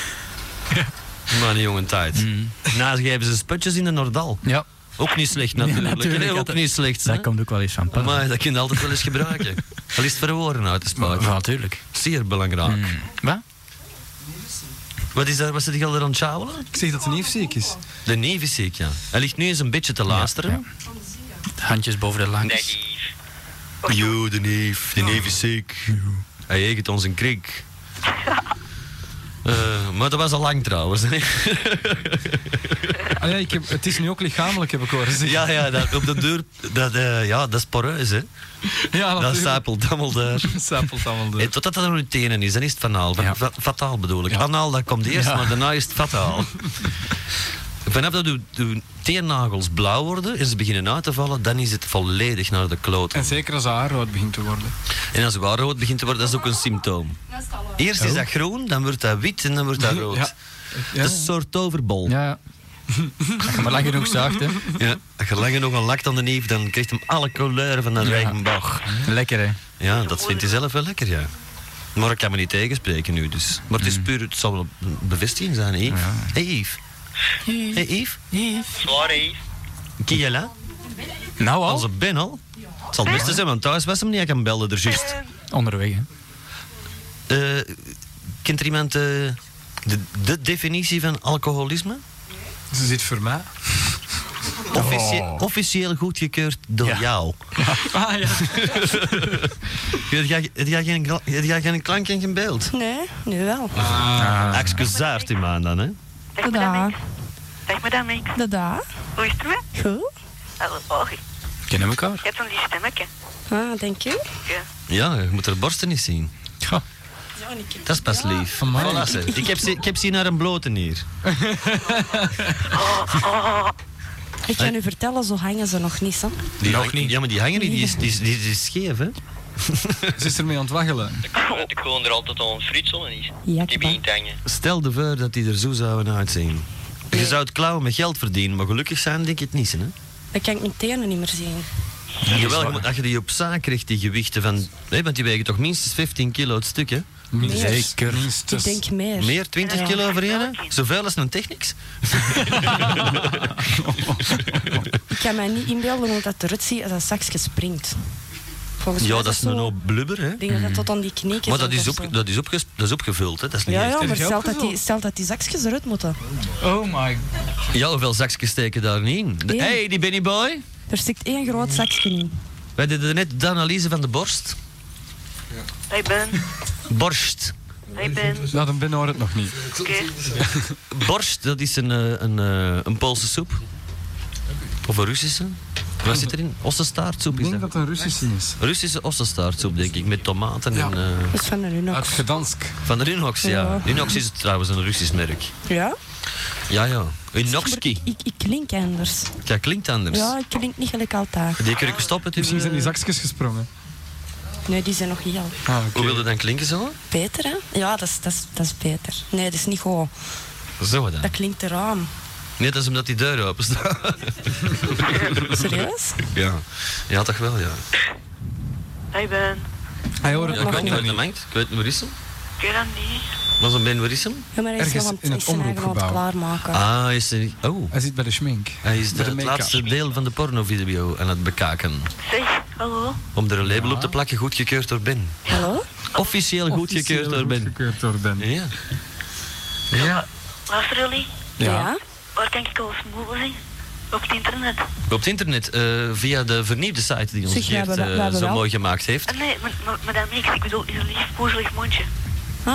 Speaker 4: Maar een jonge tijd.
Speaker 5: Mm.
Speaker 4: Na geven ze sputjes in de Noordal.
Speaker 5: Ja.
Speaker 4: Ook niet slecht natuurlijk.
Speaker 5: Ja, natuurlijk.
Speaker 4: Nee, ook
Speaker 5: Dat-
Speaker 4: niet slecht.
Speaker 5: Dat
Speaker 4: hè.
Speaker 5: komt ook wel eens van pas.
Speaker 4: Maar dat kun je altijd wel eens gebruiken. Al is het verwoorden uit de spuit.
Speaker 5: Ja, natuurlijk.
Speaker 4: Zeer belangrijk.
Speaker 5: Mm. Wat?
Speaker 4: Wat is dat? Wat zit je al er aan het sjouwelen?
Speaker 3: Ik zeg dat de neef ziek is.
Speaker 4: De neef is ziek, ja. Hij ligt nu eens een beetje te luisteren.
Speaker 5: Ja. Handjes boven de langs.
Speaker 9: Dag,
Speaker 4: Jo, de neef. De neef is ziek. Hij eet ons een kriek. Uh, maar dat was al lang trouwens. Hè?
Speaker 3: Ah, ja, ik heb, het is nu ook lichamelijk, heb ik horen zeggen.
Speaker 4: Ja, ja, dat, op de deur. Dat, uh, ja, dat is poreus, hè.
Speaker 3: Ja,
Speaker 4: Dat stapelt allemaal daar.
Speaker 3: Stapelt allemaal door.
Speaker 4: Hey, totdat dat er een tenen is, dan is het fataal.
Speaker 5: Ja.
Speaker 4: Va- fataal bedoel ik.
Speaker 3: Ja.
Speaker 4: Anaal, dat komt eerst,
Speaker 5: Ja.
Speaker 4: maar daarna is het fataal. Vanaf dat uw, uw teennagels blauw worden en ze beginnen uit te vallen, dan is het volledig naar de kloot.
Speaker 3: En zeker als haar rood begint te worden.
Speaker 4: En als het waar rood begint te worden, dat is ook een symptoom. Eerst is dat groen, dan wordt dat wit en dan wordt dat rood.
Speaker 3: Ja. Ja.
Speaker 4: Dat is een soort toverbol.
Speaker 5: Ja, ja. Als je maar lang genoeg zaagt, hè.
Speaker 4: Ja, als je lang nog een lakt aan de neef, dan krijgt hem alle kleuren van de
Speaker 5: Ja.
Speaker 4: regenboog.
Speaker 5: Lekker, hè.
Speaker 4: Ja, dat vindt hij zelf wel lekker, ja. Maar ik kan me niet tegenspreken nu, dus. Maar het is puur, het zal wel een bevestiging zijn, hè, Yves?
Speaker 5: Ja.
Speaker 4: Hé, Yves. Hé, Yves.
Speaker 9: Zwaar, hè.
Speaker 4: Qui est là?
Speaker 5: Nou
Speaker 4: Als
Speaker 5: al.
Speaker 4: ik ben al. Het zal het beste zijn, want thuis was hem niet. Ik kan bellen, er juist.
Speaker 5: Onderweg, hè.
Speaker 4: Uh, kent er iemand uh, de, de definitie van alcoholisme?
Speaker 3: Ze zit voor mij.
Speaker 4: Officie- Officieel goedgekeurd door
Speaker 5: Ja.
Speaker 4: jou.
Speaker 3: Ah, ja.
Speaker 4: Heb jij- heb jij geen, gla- heb jij geen klank en geen beeld?
Speaker 10: Nee, nu wel.
Speaker 5: Ah.
Speaker 4: Excuseert u me dan, hè?
Speaker 6: Dag
Speaker 10: Dag.
Speaker 6: madame Mix. Dag madame Mix.
Speaker 10: Dada.
Speaker 6: Hoe is het met?
Speaker 10: Goed.
Speaker 6: Hallo, oh, je
Speaker 5: Kennen we elkaar?
Speaker 6: hebt zo'n lief stemmetje.
Speaker 10: Ah, denk je?
Speaker 6: Ja.
Speaker 4: Ja, je moet haar borsten niet zien.
Speaker 5: Ja.
Speaker 4: Dat is pas lief.
Speaker 3: Amai.
Speaker 4: Voilà, zeg. Ik heb ze, ik heb ze naar een blote hier.
Speaker 10: Ik kan u vertellen, zo hangen ze nog niet, hè.
Speaker 4: Die
Speaker 5: Nog
Speaker 4: hang-
Speaker 5: niet.
Speaker 4: Ja, maar die hangen niet. Die is, die is, die is, die is scheef, hè?
Speaker 3: Ze is ermee aan het waggelen.
Speaker 9: Ik kon er altijd al een fruitsel in is.
Speaker 10: Ja,
Speaker 9: Die
Speaker 10: ik
Speaker 9: begint te hangen.
Speaker 4: Stel de voor dat die er zo zouden uitzien. Je zou het klauwen met geld verdienen, maar gelukkig zijn denk ik het niet, hè?
Speaker 10: Dan kan ik mijn tenen niet meer zien.
Speaker 4: Jawel, je moet- als je die op zaak krijgt, die gewichten van... Nee, want die wegen toch minstens vijftien kilo het stuk, hè?
Speaker 10: Meer.
Speaker 5: Zeker.
Speaker 10: Ik denk meer.
Speaker 4: Meer, twintig
Speaker 10: Ja.
Speaker 4: kilo voor één, hè? Zoveel als een Technics?
Speaker 10: Ik kan mij niet inbeelden hoe dat eruit ziet als dat zakje springt. Volgens mij
Speaker 4: Ja, dat is een
Speaker 10: zo-
Speaker 4: hoop blubber, hè?
Speaker 10: Ik denk dat dat tot aan die kniekjes
Speaker 4: Maar dat
Speaker 10: zit
Speaker 4: is,
Speaker 10: of
Speaker 4: op,
Speaker 10: zo.
Speaker 4: dat, is opges, dat is opgevuld, hè? Dat is niet
Speaker 10: Ja,
Speaker 4: echt,
Speaker 10: ja,
Speaker 4: hè?
Speaker 10: maar
Speaker 3: je
Speaker 10: stel dat, die,
Speaker 3: opgevuld?
Speaker 10: stel dat die zakjes eruit moeten.
Speaker 5: Oh my.
Speaker 4: Ja, hoeveel zakjes steken daar niet in? De-
Speaker 10: Eén.
Speaker 4: hey, die Benny Boy.
Speaker 10: Er zit één groot zakje in.
Speaker 4: Wij deden net de analyse van de borst.
Speaker 6: Hey Ben.
Speaker 4: Borst.
Speaker 6: Hey Ben.
Speaker 3: Ja, dan ben hoor het nog niet.
Speaker 6: Oké.
Speaker 4: Borst, dat is een, eh, een, eh, een Poolse soep. Of een Russische. Wat zit erin? Ossenstaartsoep
Speaker 3: Ik
Speaker 4: is
Speaker 3: denk
Speaker 4: dat?
Speaker 3: dat het een Russische is.
Speaker 4: Russische ossenstaartsoep, denk ik, met tomaten
Speaker 3: Ja.
Speaker 4: en... eh,
Speaker 10: Dat is van de Unox.
Speaker 3: Uit Gdansk.
Speaker 4: van de Rinox, ja.
Speaker 10: Ja.
Speaker 4: Rinox is trouwens een Russisch merk.
Speaker 10: Ja?
Speaker 4: Ja, ja. Rinoxki.
Speaker 10: Ik, ik klink anders.
Speaker 4: Dat klinkt anders.
Speaker 10: Ja, ik klink niet gelijk altijd.
Speaker 4: Die kun ik stoppen.
Speaker 3: Misschien zijn die zakjes gesprongen.
Speaker 10: Nee, die zijn nog heel.
Speaker 3: Ah, oké.
Speaker 4: Hoe wil je dan klinken zo?
Speaker 10: Beter, hè? Ja, dat is, dat is, dat is beter. Nee, dat is niet goed.
Speaker 4: Zo dan.
Speaker 10: Dat klinkt eraan.
Speaker 4: Nee, dat is omdat die deur open staat.
Speaker 10: Serieus?
Speaker 4: Ja. Ja, toch wel, ja.
Speaker 6: Hey Ben.
Speaker 3: Hij hoort
Speaker 4: Ja,
Speaker 3: het
Speaker 4: ik
Speaker 3: nog
Speaker 4: weet niet waar
Speaker 3: niet.
Speaker 4: het mengt. Ik weet niet waar is hem.
Speaker 6: Ken dat niet?
Speaker 4: Was een Ben, waar is hem?
Speaker 10: Ja, maar hij is
Speaker 3: Ergens
Speaker 10: nog aan
Speaker 3: in het
Speaker 10: is zijn eigen aan het
Speaker 3: omroepgebouw.
Speaker 10: klaarmaken.
Speaker 4: Ah, is hij... Oh.
Speaker 3: Hij zit bij de schmink.
Speaker 4: Hij is de,
Speaker 3: Bij de
Speaker 4: het
Speaker 3: make-up.
Speaker 4: laatste deel van de pornovideo aan het bekaken.
Speaker 6: Zeg, hallo.
Speaker 4: Om er een label op te plakken, goedgekeurd door Ben.
Speaker 10: Hallo?
Speaker 4: Officieel goedgekeurd door Ben.
Speaker 3: Goedgekeurd door Ben.
Speaker 4: Ja.
Speaker 3: Ja.
Speaker 6: Luister jullie.
Speaker 10: Ja?
Speaker 6: Waar kan ik alles moe zien? Op het internet.
Speaker 4: Op het internet, eh, via de vernieuwde site die ons
Speaker 10: Zeg, we
Speaker 4: Geert
Speaker 10: hebben- we
Speaker 4: eh,
Speaker 10: hebben
Speaker 4: zo
Speaker 10: wel-
Speaker 4: mooi gemaakt heeft.
Speaker 6: Ah, nee, maar, maar, madame Mix, ik bedoel in een lief, poezelig mondje.
Speaker 10: Ah,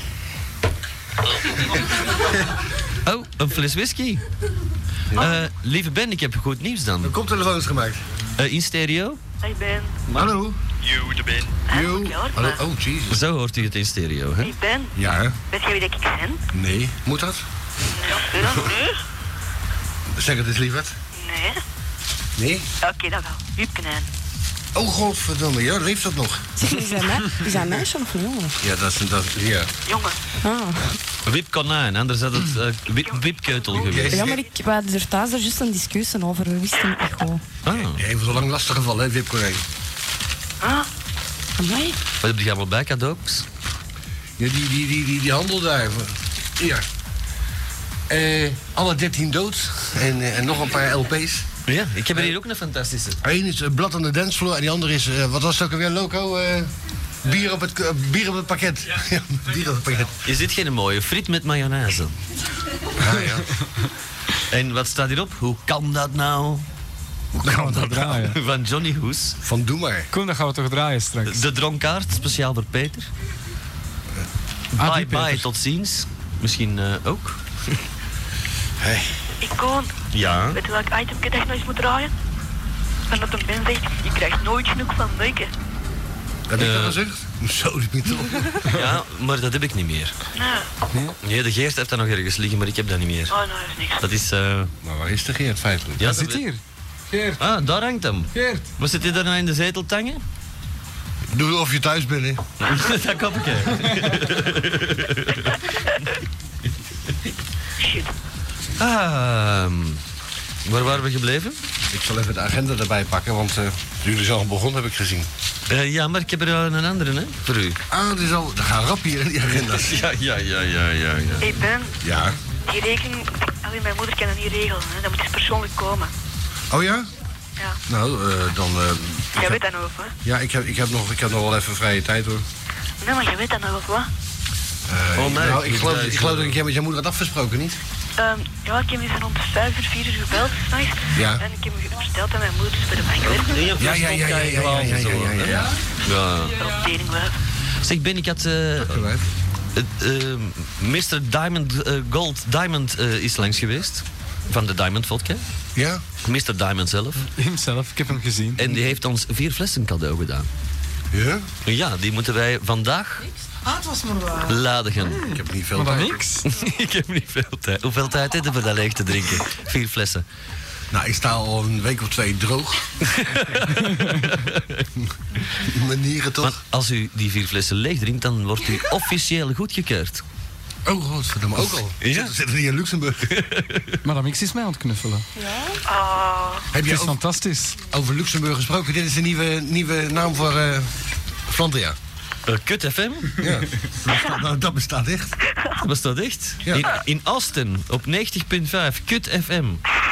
Speaker 4: Oh, een fles whisky. Eh, lieve Ben, ik heb goed nieuws dan.
Speaker 11: Koptelefoons gemaakt.
Speaker 4: Eh, in stereo.
Speaker 6: Hey Ben.
Speaker 11: Hallo.
Speaker 9: You, de Ben.
Speaker 11: Yo.
Speaker 6: Ja, hoor,
Speaker 11: Hallo.
Speaker 6: maar-
Speaker 11: Oh, Jesus.
Speaker 4: Zo hoort u het in stereo, hè?
Speaker 6: Hey Ben.
Speaker 11: Ja, hè?
Speaker 6: Weet jij wie dat ik ben?
Speaker 11: Nee. Moet dat?
Speaker 6: Nee, dat nee.
Speaker 11: Zeg het eens, lieverd.
Speaker 6: Nee.
Speaker 11: Nee?
Speaker 6: Oké, dat wel. Huubkenijn.
Speaker 11: Oh, godverdomme, ja, leeft dat nog?
Speaker 10: Zeg, is dat mij- is dat een meisje of een jongen?
Speaker 11: Ja, dat is... Dat, ja.
Speaker 6: Jongen.
Speaker 10: Ah.
Speaker 4: Wip konijn, anders had het uh, wip, wipkeutel geweest.
Speaker 10: Ja, maar ik, we hadden er thuis er juist een discussie over. We wisten het niet goed.
Speaker 4: Ah.
Speaker 11: Die heeft zo lang lastig gevallen, hè, Wip Konijn.
Speaker 6: Ah.
Speaker 10: Amai.
Speaker 4: Wat heb je allemaal bij, cadeaus?
Speaker 11: Ja, die, die, die, die, die handel daar. Ja. Uh, alle dertien dood. En, uh, en nog een paar L P's.
Speaker 4: Ja, ik heb er hier ook een fantastische.
Speaker 11: Eén is uh, Blad aan de dancefloor en die andere is, uh, wat was het ook alweer, Loco? Uh, bier, op het, uh, bier op het pakket. Ja, bier op het pakket.
Speaker 4: Is dit geen mooie friet met mayonaise?
Speaker 11: Ah, ja.
Speaker 4: En wat staat hierop? Hoe kan dat nou?
Speaker 3: Hoe gaan we dat draaien?
Speaker 4: Van Johnny Hoes.
Speaker 11: Van Doe maar.
Speaker 3: Koen, dat gaan we toch draaien straks?
Speaker 4: De dronkaard, speciaal voor Peter.
Speaker 3: Ah,
Speaker 4: bye
Speaker 3: die
Speaker 4: bye,
Speaker 3: Peter.
Speaker 4: tot ziens. Misschien uh, ook.
Speaker 11: Hey.
Speaker 6: Ik Koen.
Speaker 4: Ja?
Speaker 6: Weet je welk item ik echt nog eens moet draaien? En dat een Ben zegt, je krijgt nooit genoeg van neuken.
Speaker 11: Heb ik
Speaker 4: Uh,
Speaker 11: dat gezegd? Zo, dat is niet op.
Speaker 4: Ja, maar dat heb ik niet meer.
Speaker 6: Nee.
Speaker 4: Nee, de Geert heeft dat nog ergens liggen, maar ik heb dat niet meer.
Speaker 6: Oh, nou, dat is niks.
Speaker 4: Dat is... Uh...
Speaker 11: Maar waar is de Geert feitelijk?
Speaker 4: Ja,
Speaker 3: Hij
Speaker 4: dat
Speaker 3: zit
Speaker 4: weet-
Speaker 3: hier. Geert.
Speaker 4: Ah, daar hangt hem.
Speaker 3: Geert.
Speaker 4: Wat zit hij daar nou in de zetel tangen?
Speaker 11: Doe of je thuis bent, hè.
Speaker 4: Dat kan ik, hè.
Speaker 6: Shit.
Speaker 4: Ah, waar waren we gebleven?
Speaker 11: Ik zal even de agenda erbij pakken, want uh, jullie zijn al begonnen, heb ik gezien.
Speaker 4: Uh, ja, maar ik heb er uh, een andere, hè, voor u.
Speaker 11: Ah, dat is al... Dat gaat rap hier, die agenda's.
Speaker 4: Ja, ja, ja, ja, ja. ja.
Speaker 6: Hey Ben,
Speaker 11: Ja.
Speaker 6: die rekening, alleen mijn moeder kan dat niet regelen. Hè. Dat moet eens persoonlijk komen.
Speaker 11: Oh ja?
Speaker 6: Ja.
Speaker 11: Nou, uh, dan... Uh,
Speaker 6: Jij weet dat nog of wat?
Speaker 11: ja, ik heb, ik, heb nog, ik heb nog wel even vrije tijd, hoor.
Speaker 6: Nee, maar jij weet dat nog of wat?
Speaker 11: Uh,
Speaker 4: Oh, nee,
Speaker 11: nou, ik
Speaker 4: ik
Speaker 11: geloof,
Speaker 4: moet
Speaker 11: ik
Speaker 4: thuis,
Speaker 11: geloof
Speaker 4: uh,
Speaker 11: dat ik je met je moeder had afgesproken, niet?
Speaker 6: Um, ja, ik heb eens rond vijf uur, vier uur gebeld, s'nachts.
Speaker 11: Ja.
Speaker 6: En ik heb me verteld dat mijn moeder dus bij de bank werkt.
Speaker 4: Nee,
Speaker 11: Ja, ja, ja, ja, ja, ja, ja, ja, ja, ja.
Speaker 4: Ja.
Speaker 6: Rond teringwijf.
Speaker 4: Zeg, Ben, ik had... Uh, uh, mister Diamond uh, Gold Diamond uh, is langs geweest. Van de Diamond Vodka.
Speaker 11: Ja?
Speaker 4: mister Diamond zelf.
Speaker 3: Hemzelf, ik heb hem gezien.
Speaker 4: En die heeft ons vier flessen cadeau gedaan.
Speaker 11: Ja?
Speaker 4: Ja, die moeten wij vandaag
Speaker 10: Ah, het was maar waar.
Speaker 4: ladigen.
Speaker 11: Ik heb niet veel
Speaker 3: Maar dan
Speaker 11: tijd.
Speaker 3: niks.
Speaker 4: Ik heb niet veel tijd. Hoeveel tijd hebben we dat leeg te drinken? Vier flessen.
Speaker 11: Nou, ik sta al een week of twee droog. Manieren toch?
Speaker 4: Want als u die vier flessen leeg drinkt, dan wordt u officieel goedgekeurd.
Speaker 11: Oh, godverdomme, ook al.
Speaker 4: Ja.
Speaker 11: Zitten zitten die in Luxemburg?
Speaker 3: Maar Mix is mij aan het knuffelen.
Speaker 6: Ah,
Speaker 11: Heb
Speaker 3: Het
Speaker 11: je
Speaker 3: is
Speaker 11: over,
Speaker 3: fantastisch.
Speaker 11: over Luxemburg gesproken? Dit is de nieuwe, nieuwe naam voor uh, Flandria.
Speaker 4: Uh, Kut F M?
Speaker 11: Ja. Dat bestaat, nou, dat bestaat echt.
Speaker 4: Dat bestaat echt.
Speaker 11: Ja.
Speaker 4: In, in Austin op negentig punt vijf, Kut F M.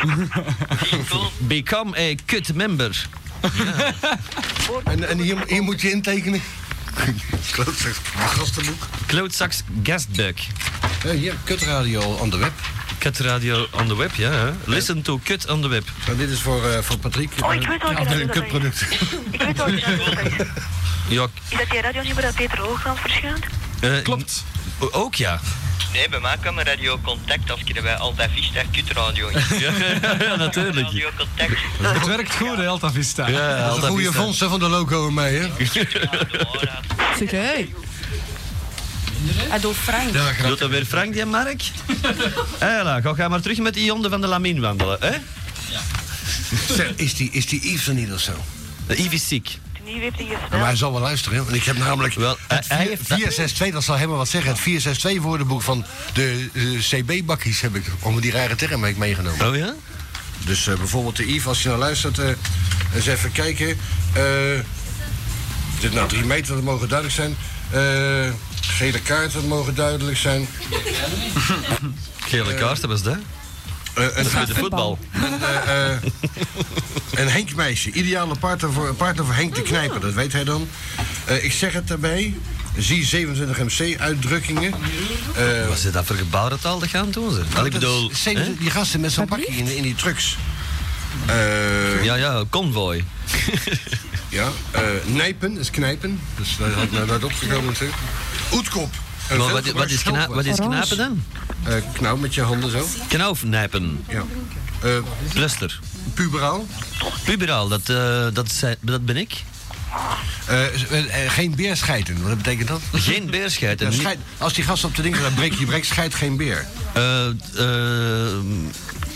Speaker 4: Become a Kut member.
Speaker 11: En, en hier, hier moet je intekenen. Klootzak, gastenboek.
Speaker 4: Klootzaks Guestbook.
Speaker 11: Uh, hier, kutradio on the web.
Speaker 4: Kut Radio on the web, ja. Hè? Listen to Kut on the web.
Speaker 11: En dit is voor, uh, voor Patrick.
Speaker 6: Oh, ik weet wel
Speaker 11: Uh,
Speaker 6: wat je
Speaker 11: afdeling
Speaker 6: dat
Speaker 11: kutproduct.
Speaker 6: ik weet wel wat je dat is.
Speaker 4: Ja,
Speaker 6: Is dat die radio niet waar dat Peter Hoogland verschijnt?
Speaker 4: uh,
Speaker 3: Klopt.
Speaker 4: n- Ook ja.
Speaker 9: Nee, bij mij kwam een radio contact als ik bij Alta Vista kutradio in.
Speaker 4: Ja, ja, natuurlijk.
Speaker 9: Radio contact.
Speaker 3: Het werkt goed, hè, Alta Vista.
Speaker 4: Ja,
Speaker 11: Dat is
Speaker 4: Alta
Speaker 11: een goede
Speaker 4: Vista.
Speaker 11: vondst hè, van de loco en mij, hè?
Speaker 10: Zeg, hé. Hij doet Frank.
Speaker 11: Ja, graag.
Speaker 4: Doet dat weer Frank, die Mark? Hela, ga ga maar terug met die jonde van de Lamine wandelen, hè?
Speaker 11: Zeg, is die, is die Yves er niet of zo?
Speaker 4: De Yves is ziek.
Speaker 6: Die heeft hij
Speaker 11: Maar
Speaker 6: gespeeld.
Speaker 11: hij zal wel luisteren, hè? Want ik heb namelijk
Speaker 4: Wel,
Speaker 11: het
Speaker 4: hij
Speaker 11: vier-
Speaker 4: heeft-
Speaker 11: vier zes twee, dat zal helemaal wat zeggen. Het vier zes twee woordenboek van de uh, C B-bakkies heb ik, onder die rare term heb ik meegenomen.
Speaker 4: Oh ja?
Speaker 11: Dus uh, bijvoorbeeld de Yves, als je nou luistert, uh, eens even kijken. Uh, dit nou drie meter, dat mogen duidelijk zijn. Uh, gele kaarten, dat mogen duidelijk zijn.
Speaker 4: Gele kaarten was dat?
Speaker 11: Uh, een,
Speaker 4: Dat is bij de voetbal.
Speaker 11: een, uh, uh, een Henk meisje, ideale partner voor, partner voor Henk de Knijper, dat weet hij dan. Uh, ik zeg het daarbij. Zie zevenentwintig M C uitdrukkingen. Uh,
Speaker 4: Was dit dat voor gebarentaal dat gaan doen ze? Al, ik
Speaker 11: dat
Speaker 4: bedoel,
Speaker 11: is zevenentwintig die gasten met zo'n pakje in, in die trucks. Uh,
Speaker 4: hè? Ja, ja, convoy.
Speaker 11: Ja, uh, nijpen is knijpen. Dus daar had ik nou nooit opgekomen natuurlijk. Oetkop. Een
Speaker 4: Maar wat, wat, is kna, wat is
Speaker 10: Orange.
Speaker 4: knapen dan?
Speaker 11: Uh, knauw met je handen zo.
Speaker 4: Knaufnijpen.
Speaker 11: Ja. Uh,
Speaker 4: Cluster.
Speaker 11: puberaal.
Speaker 4: Puberaal, dat, uh, dat, zei- dat ben ik.
Speaker 11: Uh, uh, uh, geen beer schijten. Wat betekent dat?
Speaker 4: Geen beerscheid.
Speaker 11: Ja,
Speaker 4: en niet-
Speaker 11: scheid, als die gast op de ding gaat, breek je breekt, scheidt geen beer.
Speaker 4: Uh, uh,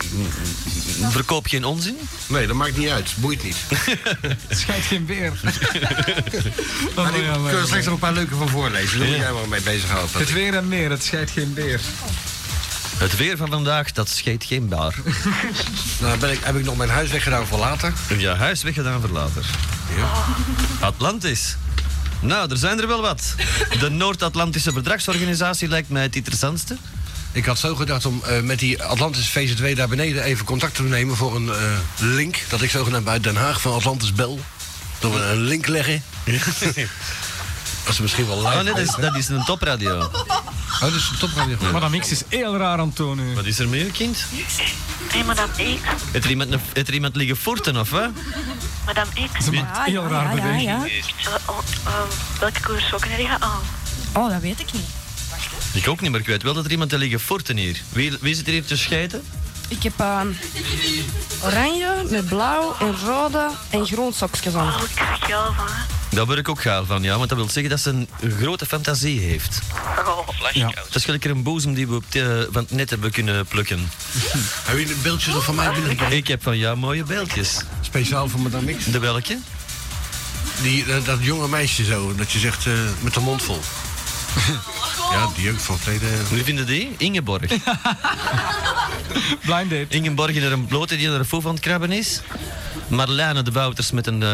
Speaker 4: Verkoop geen onzin?
Speaker 11: Nee, dat maakt niet uit. Boeit niet.
Speaker 3: Het schijnt geen beer.
Speaker 11: Maar ik kan er straks nog een paar leuke van voorlezen. Daar moet jij maar mee bezighouden.
Speaker 3: Het weer en meer, het schijnt geen beer.
Speaker 4: Het weer van vandaag, dat scheet geen baar.
Speaker 11: Nou, ben ik, heb ik nog mijn huis weggedaan voor later.
Speaker 4: Ja, huis weggedaan voor later.
Speaker 11: Ja.
Speaker 4: Atlantis. Nou, er zijn er wel wat. De Noord-Atlantische Verdragsorganisatie lijkt mij het interessantste.
Speaker 11: Ik had zo gedacht om uh, met die Atlantis V Z W daar beneden even contact te nemen voor een uh, link. Dat ik zogenaamd uit Den Haag van Atlantis bel. Dat we een link leggen. Dat is misschien wel live.
Speaker 4: Oh nee, dat is, dat is een topradio.
Speaker 11: Oh, dat is een topradio.
Speaker 3: Maar dat mix is heel raar, Antonio.
Speaker 4: Wat is er mee, kind?
Speaker 6: Hé, madame X.
Speaker 4: Heeft er iemand, heeft er iemand liggen forten, of wat?
Speaker 6: Madame X.
Speaker 3: Ze maakt heel raar
Speaker 10: ja,
Speaker 3: beweging.
Speaker 10: ja.
Speaker 6: Uh, oh, uh, welke koers sokken heb je aan?
Speaker 10: Oh, dat weet ik niet.
Speaker 4: Ik ook niet, maar ik weet wel dat er iemand te liggen forten hier. Wie, wie zit er hier te scheiden?
Speaker 10: Ik heb uh, oranje met blauw en rode en groen sokjes aan.
Speaker 6: Oh, ik krijg jou van, hè.
Speaker 4: Daar word ik ook gaal van, ja. Want dat wil zeggen dat ze een grote fantasie heeft.
Speaker 6: Oh,
Speaker 3: Ja.
Speaker 4: Dat is gelijk een boezem die we op de, van het net hebben kunnen plukken.
Speaker 11: Heb je een beeldje nog van mij binnengekregen?
Speaker 4: Ik heb van jou mooie beeldjes.
Speaker 11: Speciaal voor Madame X.
Speaker 4: De welke?
Speaker 11: Die, uh, dat jonge meisje zo, dat je zegt uh, met de mond vol. Ja, die ook van tweede...
Speaker 4: Wie vinden die? Ingeborg.
Speaker 3: Blind date.
Speaker 4: Ingeborg in een blote die naar de voet van het krabben is. Marlijne de Wouters met een... Uh,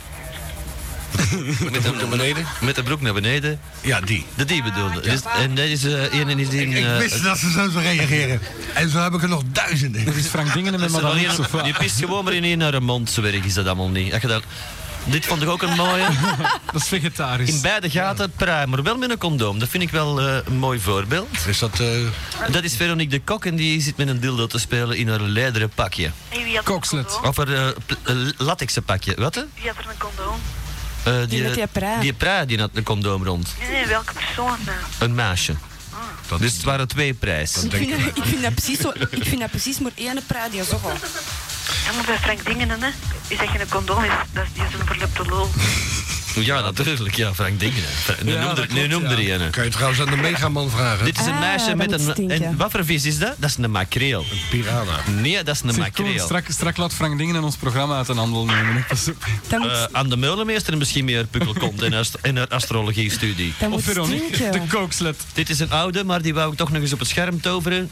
Speaker 4: met, een,
Speaker 11: naar beneden?
Speaker 4: Met de broek naar beneden.
Speaker 11: Ja, die.
Speaker 4: De die bedoelde. Dus, en deze uh, ene is in...
Speaker 11: Ik, ik
Speaker 4: Uh,
Speaker 11: wist dat ze zo zou reageren. En zo heb ik er nog duizenden.
Speaker 3: Dat is Frank Dingen met
Speaker 4: dat is
Speaker 3: Madame
Speaker 4: wel
Speaker 3: X of
Speaker 4: een-
Speaker 3: wat?
Speaker 4: je pist gewoon maar in één naar een mond. Zo erg is dat allemaal niet. Als je dat, dit vond ik ook een mooie.
Speaker 3: Dat is vegetarisch.
Speaker 4: In beide gaten pruim, maar wel met een condoom. Dat vind ik wel uh, een mooi voorbeeld.
Speaker 11: Is dat... Uh...
Speaker 4: Dat is Veronique de Kok en die zit met een dildo te spelen in haar lederen pakje.
Speaker 6: Hey, wie had
Speaker 3: Kokslet.
Speaker 6: een condoom?
Speaker 4: Of haar uh, pl- uh, latexen pakje. Wat hè?
Speaker 6: Wie had er een condoom?
Speaker 4: Uh,
Speaker 10: Die met die prui.
Speaker 4: Die prui die had een condoom rond.
Speaker 6: Nee, nee, welke persoon? Nou?
Speaker 4: Een meisje.
Speaker 11: Dat
Speaker 4: Dus het waren twee prijzen.
Speaker 10: Ik vind, dat, ik, vind dat precies zo, ik vind dat precies maar één praat die zo gaat.
Speaker 6: Ja, maar bij Frank Dingen, hè? Die zegt een condoom is, dat is, die is een verlepte lul.
Speaker 4: Ja, natuurlijk. Ja, Frank Dingen. Nu
Speaker 3: Ja,
Speaker 4: noemde
Speaker 3: dat
Speaker 4: nu
Speaker 3: klopt,
Speaker 4: noemde
Speaker 3: ja.
Speaker 4: er een.
Speaker 11: Kan je trouwens aan de megaman vragen?
Speaker 4: Dit is een
Speaker 10: Ah,
Speaker 4: meisje
Speaker 10: dat
Speaker 4: met
Speaker 10: moet
Speaker 4: een...
Speaker 10: stinken.
Speaker 4: En wat voor vis is dat? Dat is een makreel.
Speaker 11: Piranha.
Speaker 4: Nee, dat is een
Speaker 3: Zeg, Koen,
Speaker 4: makreel.
Speaker 3: strak, strak laat Frank Dingen in ons programma uit een handel nemen. hè. Pas op.
Speaker 10: Dat moet,
Speaker 4: Uh, aan de Meulemeester misschien meer pukkel komt in haar, in haar astrologie-studie.
Speaker 10: dat
Speaker 3: Of
Speaker 10: moet
Speaker 3: Veronique,
Speaker 10: stinken.
Speaker 3: de kookslet.
Speaker 4: Dit is een oude, maar die wou ik toch nog eens op het scherm toveren.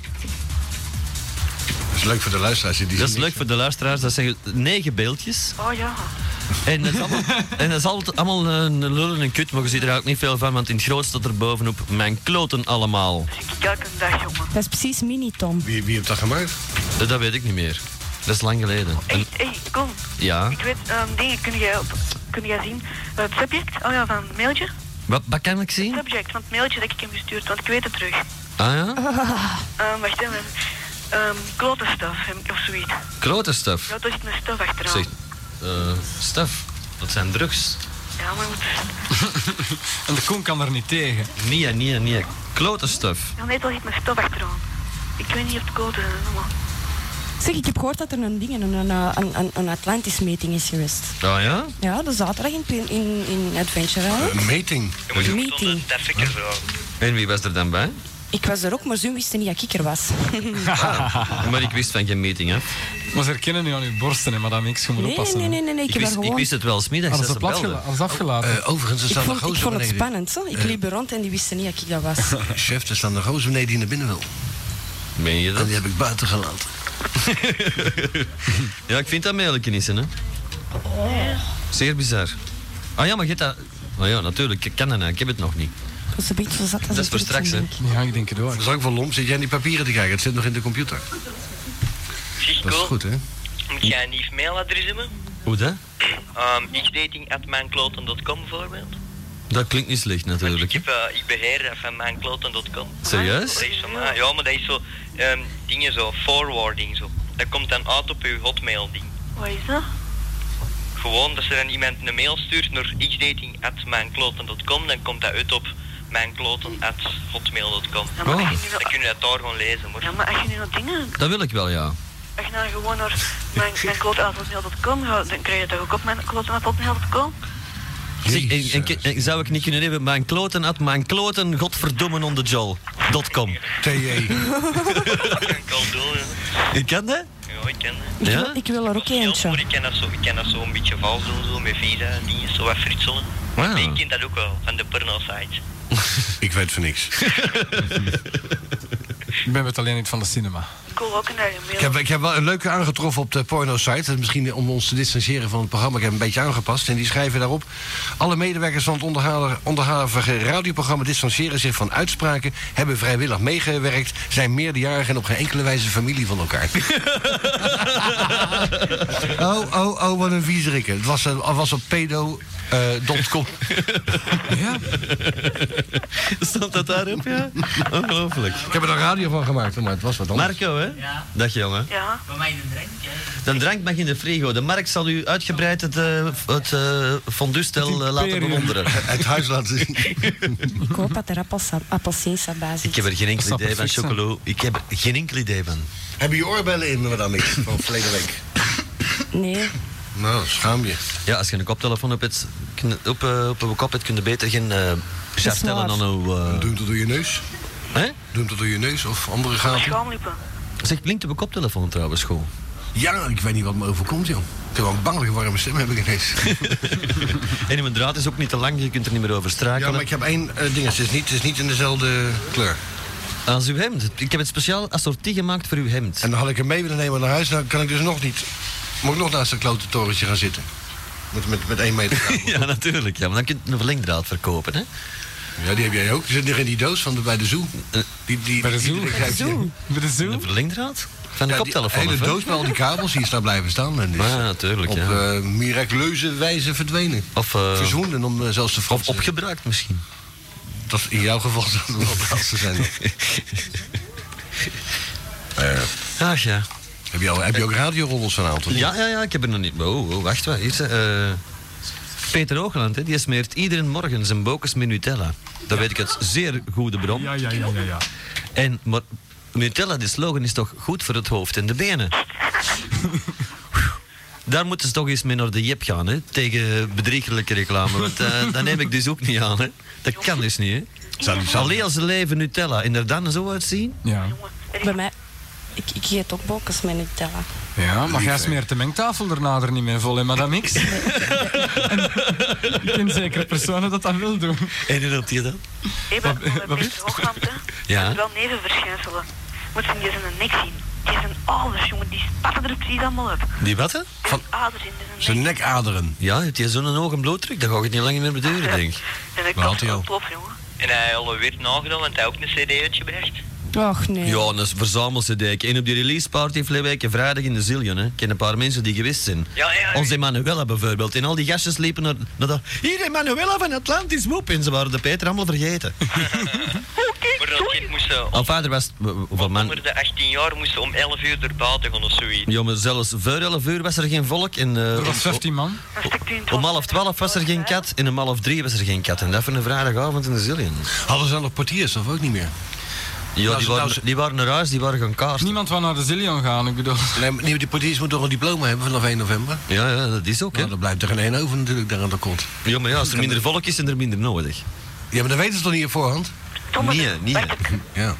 Speaker 11: Dat is leuk voor de luisteraars. Die
Speaker 4: Dat is
Speaker 11: zien
Speaker 4: leuk
Speaker 11: niks.
Speaker 4: voor de luisteraars. Dat zijn negen beeldjes.
Speaker 6: Oh ja.
Speaker 4: En dat is allemaal, en dat is altijd allemaal een lul en een kut, maar je ziet er ook niet veel van, want in het groot staat er bovenop mijn kloten allemaal.
Speaker 6: Dus ik kijk een dag, jongen.
Speaker 10: Dat is precies mini-Tom.
Speaker 11: Wie, wie heeft dat gemaakt?
Speaker 4: Dat, dat weet ik niet meer. Dat is lang geleden. En,
Speaker 6: Hé, hey, Koen.
Speaker 4: ja.
Speaker 6: Ik weet, um, dingen, kun jij, op, kun jij zien? Uh, het subject, oh ja, van het mailtje.
Speaker 4: Wat, wat kan ik zien?
Speaker 6: Subject van het mailtje dat ik hem gestuurd, want ik weet het terug.
Speaker 4: Ah ja?
Speaker 6: Um, wacht even. Um, klotenstaf, of zoiets.
Speaker 4: Klote stuff.
Speaker 6: Ja, daar zit een staf achteraan.
Speaker 4: Zeg, uh, stuff. Dat zijn drugs.
Speaker 6: Ja, maar je moet...
Speaker 3: En de Koen kan er niet tegen.
Speaker 4: Nee, nee, nee. Klote stuff.
Speaker 6: Ja, nee, daar zit een staf achteraan. Ik weet niet of het code... Uh, maar...
Speaker 10: Zeg, ik heb gehoord dat er een ding, een, een, een, een, een Atlantis-meeting is geweest.
Speaker 4: Oh ja?
Speaker 10: Ja, de zaterdag in, in, in Adventure Island.
Speaker 11: Een meeting.
Speaker 9: Je moet je
Speaker 10: Meeting.
Speaker 9: goed onder dat fikker vragen.
Speaker 4: En wie was er dan bij?
Speaker 10: Ik was er ook, maar ze wisten niet dat ik er was.
Speaker 4: Maar ik wist van geen meeting, hè.
Speaker 3: Maar ze herkennen nu aan uw borsten, hè, Madame X. Je moet
Speaker 10: Nee,
Speaker 3: oppassen.
Speaker 10: nee,
Speaker 3: hè.
Speaker 10: nee, nee, nee, ik
Speaker 4: Ik
Speaker 10: heb daar
Speaker 4: wist, ik
Speaker 10: gewoon...
Speaker 4: wist het wel, smiddags.
Speaker 3: Hadden
Speaker 4: dat
Speaker 3: ze
Speaker 4: ze
Speaker 3: plat
Speaker 4: belden.
Speaker 3: gela- hadden ze afgelaten.
Speaker 11: Uh, overigens, er
Speaker 10: Ik
Speaker 11: staan
Speaker 10: vond,
Speaker 11: de
Speaker 10: ik
Speaker 11: gozer
Speaker 10: vond het
Speaker 11: beneden.
Speaker 10: spannend. Zo. Ik liep er rond en die wisten niet dat ik dat was.
Speaker 11: Chef, er staan de gozer beneden die naar binnen wil.
Speaker 4: Meen je
Speaker 11: En
Speaker 4: dat?
Speaker 11: die heb ik buiten gelaten.
Speaker 4: Ja, ik vind dat meelijkenissen, hè. Zeer bizar. Ah ja, maar je hebt dat... Oh ja, natuurlijk, ik kan dat, ik heb het nog niet.
Speaker 10: Dat is een beetje zo zat als
Speaker 4: Dat is
Speaker 10: een
Speaker 4: voor straks, hè.
Speaker 10: toetsen, denk
Speaker 3: Ja, ik denk het ook.
Speaker 11: Dat is ook van lomp. Zit jij in die papieren te kijken? Het zit nog in de computer.
Speaker 9: Zeg,
Speaker 11: Dat is
Speaker 9: Koen,
Speaker 11: goed, hè?
Speaker 9: moet jij een nieuw mailadres hebben?
Speaker 4: Hoe dat?
Speaker 9: Um, xdating at mijnkloten dot com bijvoorbeeld.
Speaker 4: Dat klinkt niet slecht,
Speaker 9: Want
Speaker 4: natuurlijk.
Speaker 9: ik,
Speaker 4: hè.
Speaker 9: heb, uh, ik beheer dat van mijnkloten dot com.
Speaker 4: Serieus?
Speaker 9: Dat is van mij. Ja, maar dat is zo, um, dingen zo, forwarding zo. Dat komt dan uit op uw hotmail ding.
Speaker 6: Wat is dat?
Speaker 9: Gewoon dat er dan iemand een mail stuurt naar xdating at mijnkloten dot com, dan komt dat uit op mijnkloten at hotmail dot com.
Speaker 6: Ja, maar
Speaker 4: Oh.
Speaker 6: als je nu
Speaker 9: Dan
Speaker 6: nog...
Speaker 9: kun je dat daar gewoon lezen, maar...
Speaker 6: Ja, maar als je nu nog dingen...
Speaker 4: Dat wil ik wel, ja.
Speaker 6: Als je nou gewoon naar mijn, mijn klotenavondmail dot com gaat, dan krijg je dat ook op mijn klotenavondmail dot com.
Speaker 4: Zeg, en, en,
Speaker 11: Jezus.
Speaker 4: en zou ik niet kunnen hebben mijn kloten at mijn kloten godverdomme on the jol dot com.
Speaker 11: T J.
Speaker 9: Dat kan ik al doen, hè.
Speaker 4: Ik kan dat?
Speaker 9: Ja, ik ken
Speaker 10: Ik,
Speaker 4: Ja?
Speaker 10: wil, ik wil er ook eentje.
Speaker 9: maar ik ken dat zo, ik ken dat zo een beetje vals doen, zo, met visa en dingen, zo wat frutselen.
Speaker 4: Wow.
Speaker 9: Maar ik ken dat ook wel, van de porno-site.
Speaker 11: Ik weet van niks.
Speaker 3: Ik ben het alleen niet van de cinema.
Speaker 6: Ik wil ook naar je mail.
Speaker 11: Ik heb, ik heb wel een leuke aangetroffen op de porno-site. Misschien om ons te distancieren van het programma. Ik heb hem een beetje aangepast. En die schrijven daarop: alle medewerkers van het onderhaler- onderhavige radioprogramma distancieren zich van uitspraken, hebben vrijwillig meegewerkt, zijn meerderjarig en op geen enkele wijze familie van elkaar. oh, oh, oh, wat een viezerikke. Het was, uh, was op pedo dot com.
Speaker 3: Ja?
Speaker 4: Stond dat daarop, ja? Ongelooflijk.
Speaker 11: Ik heb er een radio van gemaakt, maar het was wat anders.
Speaker 4: Marco, hè?
Speaker 12: Ja.
Speaker 4: Dag jongen.
Speaker 6: Ja.
Speaker 12: Bij mij de drank, hè.
Speaker 4: De drank mag in de frigo. De Mark zal u uitgebreid het, uh, het uh, fondue-stel uh, laten bewonderen.
Speaker 11: Het huis laten zien.
Speaker 10: Ik hoop dat er appelsa- appelsiensap bij zit.
Speaker 4: Ik heb er geen enkel
Speaker 3: Dat zou
Speaker 4: idee van,
Speaker 3: perfect zijn.
Speaker 4: chocolo. Ik heb er geen enkel idee van.
Speaker 11: Heb je oorbellen in, madame X, van verleden week?
Speaker 10: Nee.
Speaker 11: Nou, schaam je.
Speaker 4: Ja, als je een koptelefoon op hebt, kun je- op, uh, op een kop hebt, kun je beter geen uh, chef tellen dan uw... Uh...
Speaker 11: Doe hem tot door je neus.
Speaker 4: Hè?
Speaker 11: Doe hem tot door je neus of andere gaten.
Speaker 6: Schaamlippen.
Speaker 4: Zeg, blinkt op een koptelefoon trouwens, school.
Speaker 11: Ja, ik weet niet wat me overkomt, joh. Ik heb wel een bangelijke warme stem, heb ik ineens.
Speaker 4: En mijn draad is ook niet te lang, je kunt er niet meer over
Speaker 11: Ja,
Speaker 4: strakelen.
Speaker 11: maar ik heb één uh, ding. Het is, niet, het is niet in dezelfde kleur.
Speaker 4: Als uw hemd. Ik heb het speciaal assortie gemaakt voor uw hemd.
Speaker 11: En dan had ik hem mee willen nemen naar huis. Dan kan ik dus nog niet... Moet ik nog naast een klote torentje gaan zitten. Met, met, met één meter kabel.
Speaker 4: Ja, natuurlijk. Ja, maar dan kun je een verlengdraad verkopen, hè?
Speaker 11: Ja, die heb jij ook. Die zit nog in die doos van de, bij de zoo. Die, die,
Speaker 3: Bij de
Speaker 11: die-
Speaker 3: zoo?
Speaker 11: die- die-
Speaker 3: Bij de zoo? Bij de zoo?
Speaker 4: Een verlengdraad? Van de
Speaker 11: Ja, die
Speaker 4: koptelefoon,
Speaker 11: hele
Speaker 4: of hè?
Speaker 11: doos met al die kabels die is daar blijven staan. En die is
Speaker 4: Ja, natuurlijk,
Speaker 11: op
Speaker 4: ja.
Speaker 11: eh, miraculeuze wijze verdwenen.
Speaker 4: Of, uh,
Speaker 11: Verzwonden, om uh, zelfs te
Speaker 4: of
Speaker 11: Fransen.
Speaker 4: opgebruikt misschien.
Speaker 11: Dat in jouw geval zou het wel het laatste zijn. uh,
Speaker 4: Ach ja.
Speaker 11: heb, je al, heb je ook radiorollers vanavond? of niet?
Speaker 4: Ja, ja, ja, ik heb er nog niet... Oh, oh wacht, wat is uh, Peter Hoogland, hè, die smeert iedere morgen zijn bokens met Nutella. Dat weet ik uit zeer goede bron.
Speaker 3: Ja, ja, ja, ja, ja.
Speaker 4: En maar Nutella, die slogan is toch goed voor het hoofd en de benen. Daar moeten ze toch eens mee naar de jep gaan, hè? Tegen bedriegelijke reclame. Want uh, dat neem ik dus ook niet aan, hè? Dat kan dus niet, hè?
Speaker 11: Zou die- zou-
Speaker 4: Alleen als ze leven Nutella en er dan zo uitzien.
Speaker 3: Ja.
Speaker 10: Bij mij... Ik, ik eet ook bokens met Nutella.
Speaker 3: Ja, maar jij smeert de mengtafel daarna er niet mee vol, hè, madame X? En ik ken zekere personen dat dat wil doen.
Speaker 4: En hoe doet je dat?
Speaker 6: Hé,
Speaker 3: Wat-
Speaker 6: bij
Speaker 3: wat
Speaker 6: Peter
Speaker 3: is-
Speaker 6: Hoogland, hè.
Speaker 4: Ja.
Speaker 6: Dat is wel nevenverschijnselen. Moet ze niet eens in de nek zien. Die zijn ouders, jongen, die spatten er precies allemaal op.
Speaker 4: Die wat, hè?
Speaker 6: Van aders in de
Speaker 11: Zijn
Speaker 6: nek.
Speaker 11: nekaderen.
Speaker 4: Ja, heeft hij zo'n hoge bloeddruk? Dan ga ik het niet langer meer beduren, denk ik.
Speaker 6: En ik
Speaker 11: Wat had
Speaker 6: kan
Speaker 11: hij
Speaker 6: wel
Speaker 11: al?
Speaker 6: top, jongen.
Speaker 9: En hij alweer nagedaan, want hij heeft ook een cd uitgebracht.
Speaker 10: Och nee.
Speaker 4: Ja, dat is een verzamel-cd. En op die release party vorige week vrijdag in de Zillion, hè. Ik ken een paar mensen die geweest zijn.
Speaker 9: Ja, ja, ja.
Speaker 4: Onze Emanuela bijvoorbeeld. En al die gastjes liepen naar, naar daar. Hier, Emanuela van Atlantis Moep. En ze waren de Peter allemaal vergeten.
Speaker 9: Maar dat kind moest uh,
Speaker 4: Al vader was... Hoeveel man?
Speaker 9: onder de achttien jaar moest om elf uur er buiten gaan of zoiets.
Speaker 4: Ja, maar zelfs voor elf uur was er geen volk. En, uh,
Speaker 3: Er was vijftien man.
Speaker 6: Dan stikt u in het
Speaker 4: om
Speaker 6: hoofd
Speaker 4: half
Speaker 6: en
Speaker 4: twaalf was er geen kat. En om half drie was er geen kat. En dat voor een vrijdagavond in de Zillion.
Speaker 11: Hadden ze dan nog portiers of ook niet meer?
Speaker 4: Ja,
Speaker 11: Nou,
Speaker 4: die
Speaker 11: nou,
Speaker 4: waren,
Speaker 11: ze-
Speaker 4: die waren naar huis, die waren gaan kaarten.
Speaker 3: Niemand wou naar de Zillion gaan, ik bedoel.
Speaker 11: Nee, maar die portiers moeten toch een diploma hebben vanaf één november?
Speaker 4: Ja, ja, dat is ook, hè.
Speaker 11: Nou, dan blijft er geen één over natuurlijk daar aan de kont.
Speaker 4: Ja, maar ja, als er minder volk is, is er minder nodig.
Speaker 11: Ja, maar dat weten ze toch niet op voorhand?
Speaker 6: Thomas,
Speaker 4: Nee, niet.
Speaker 6: wacht ik.
Speaker 11: Ja.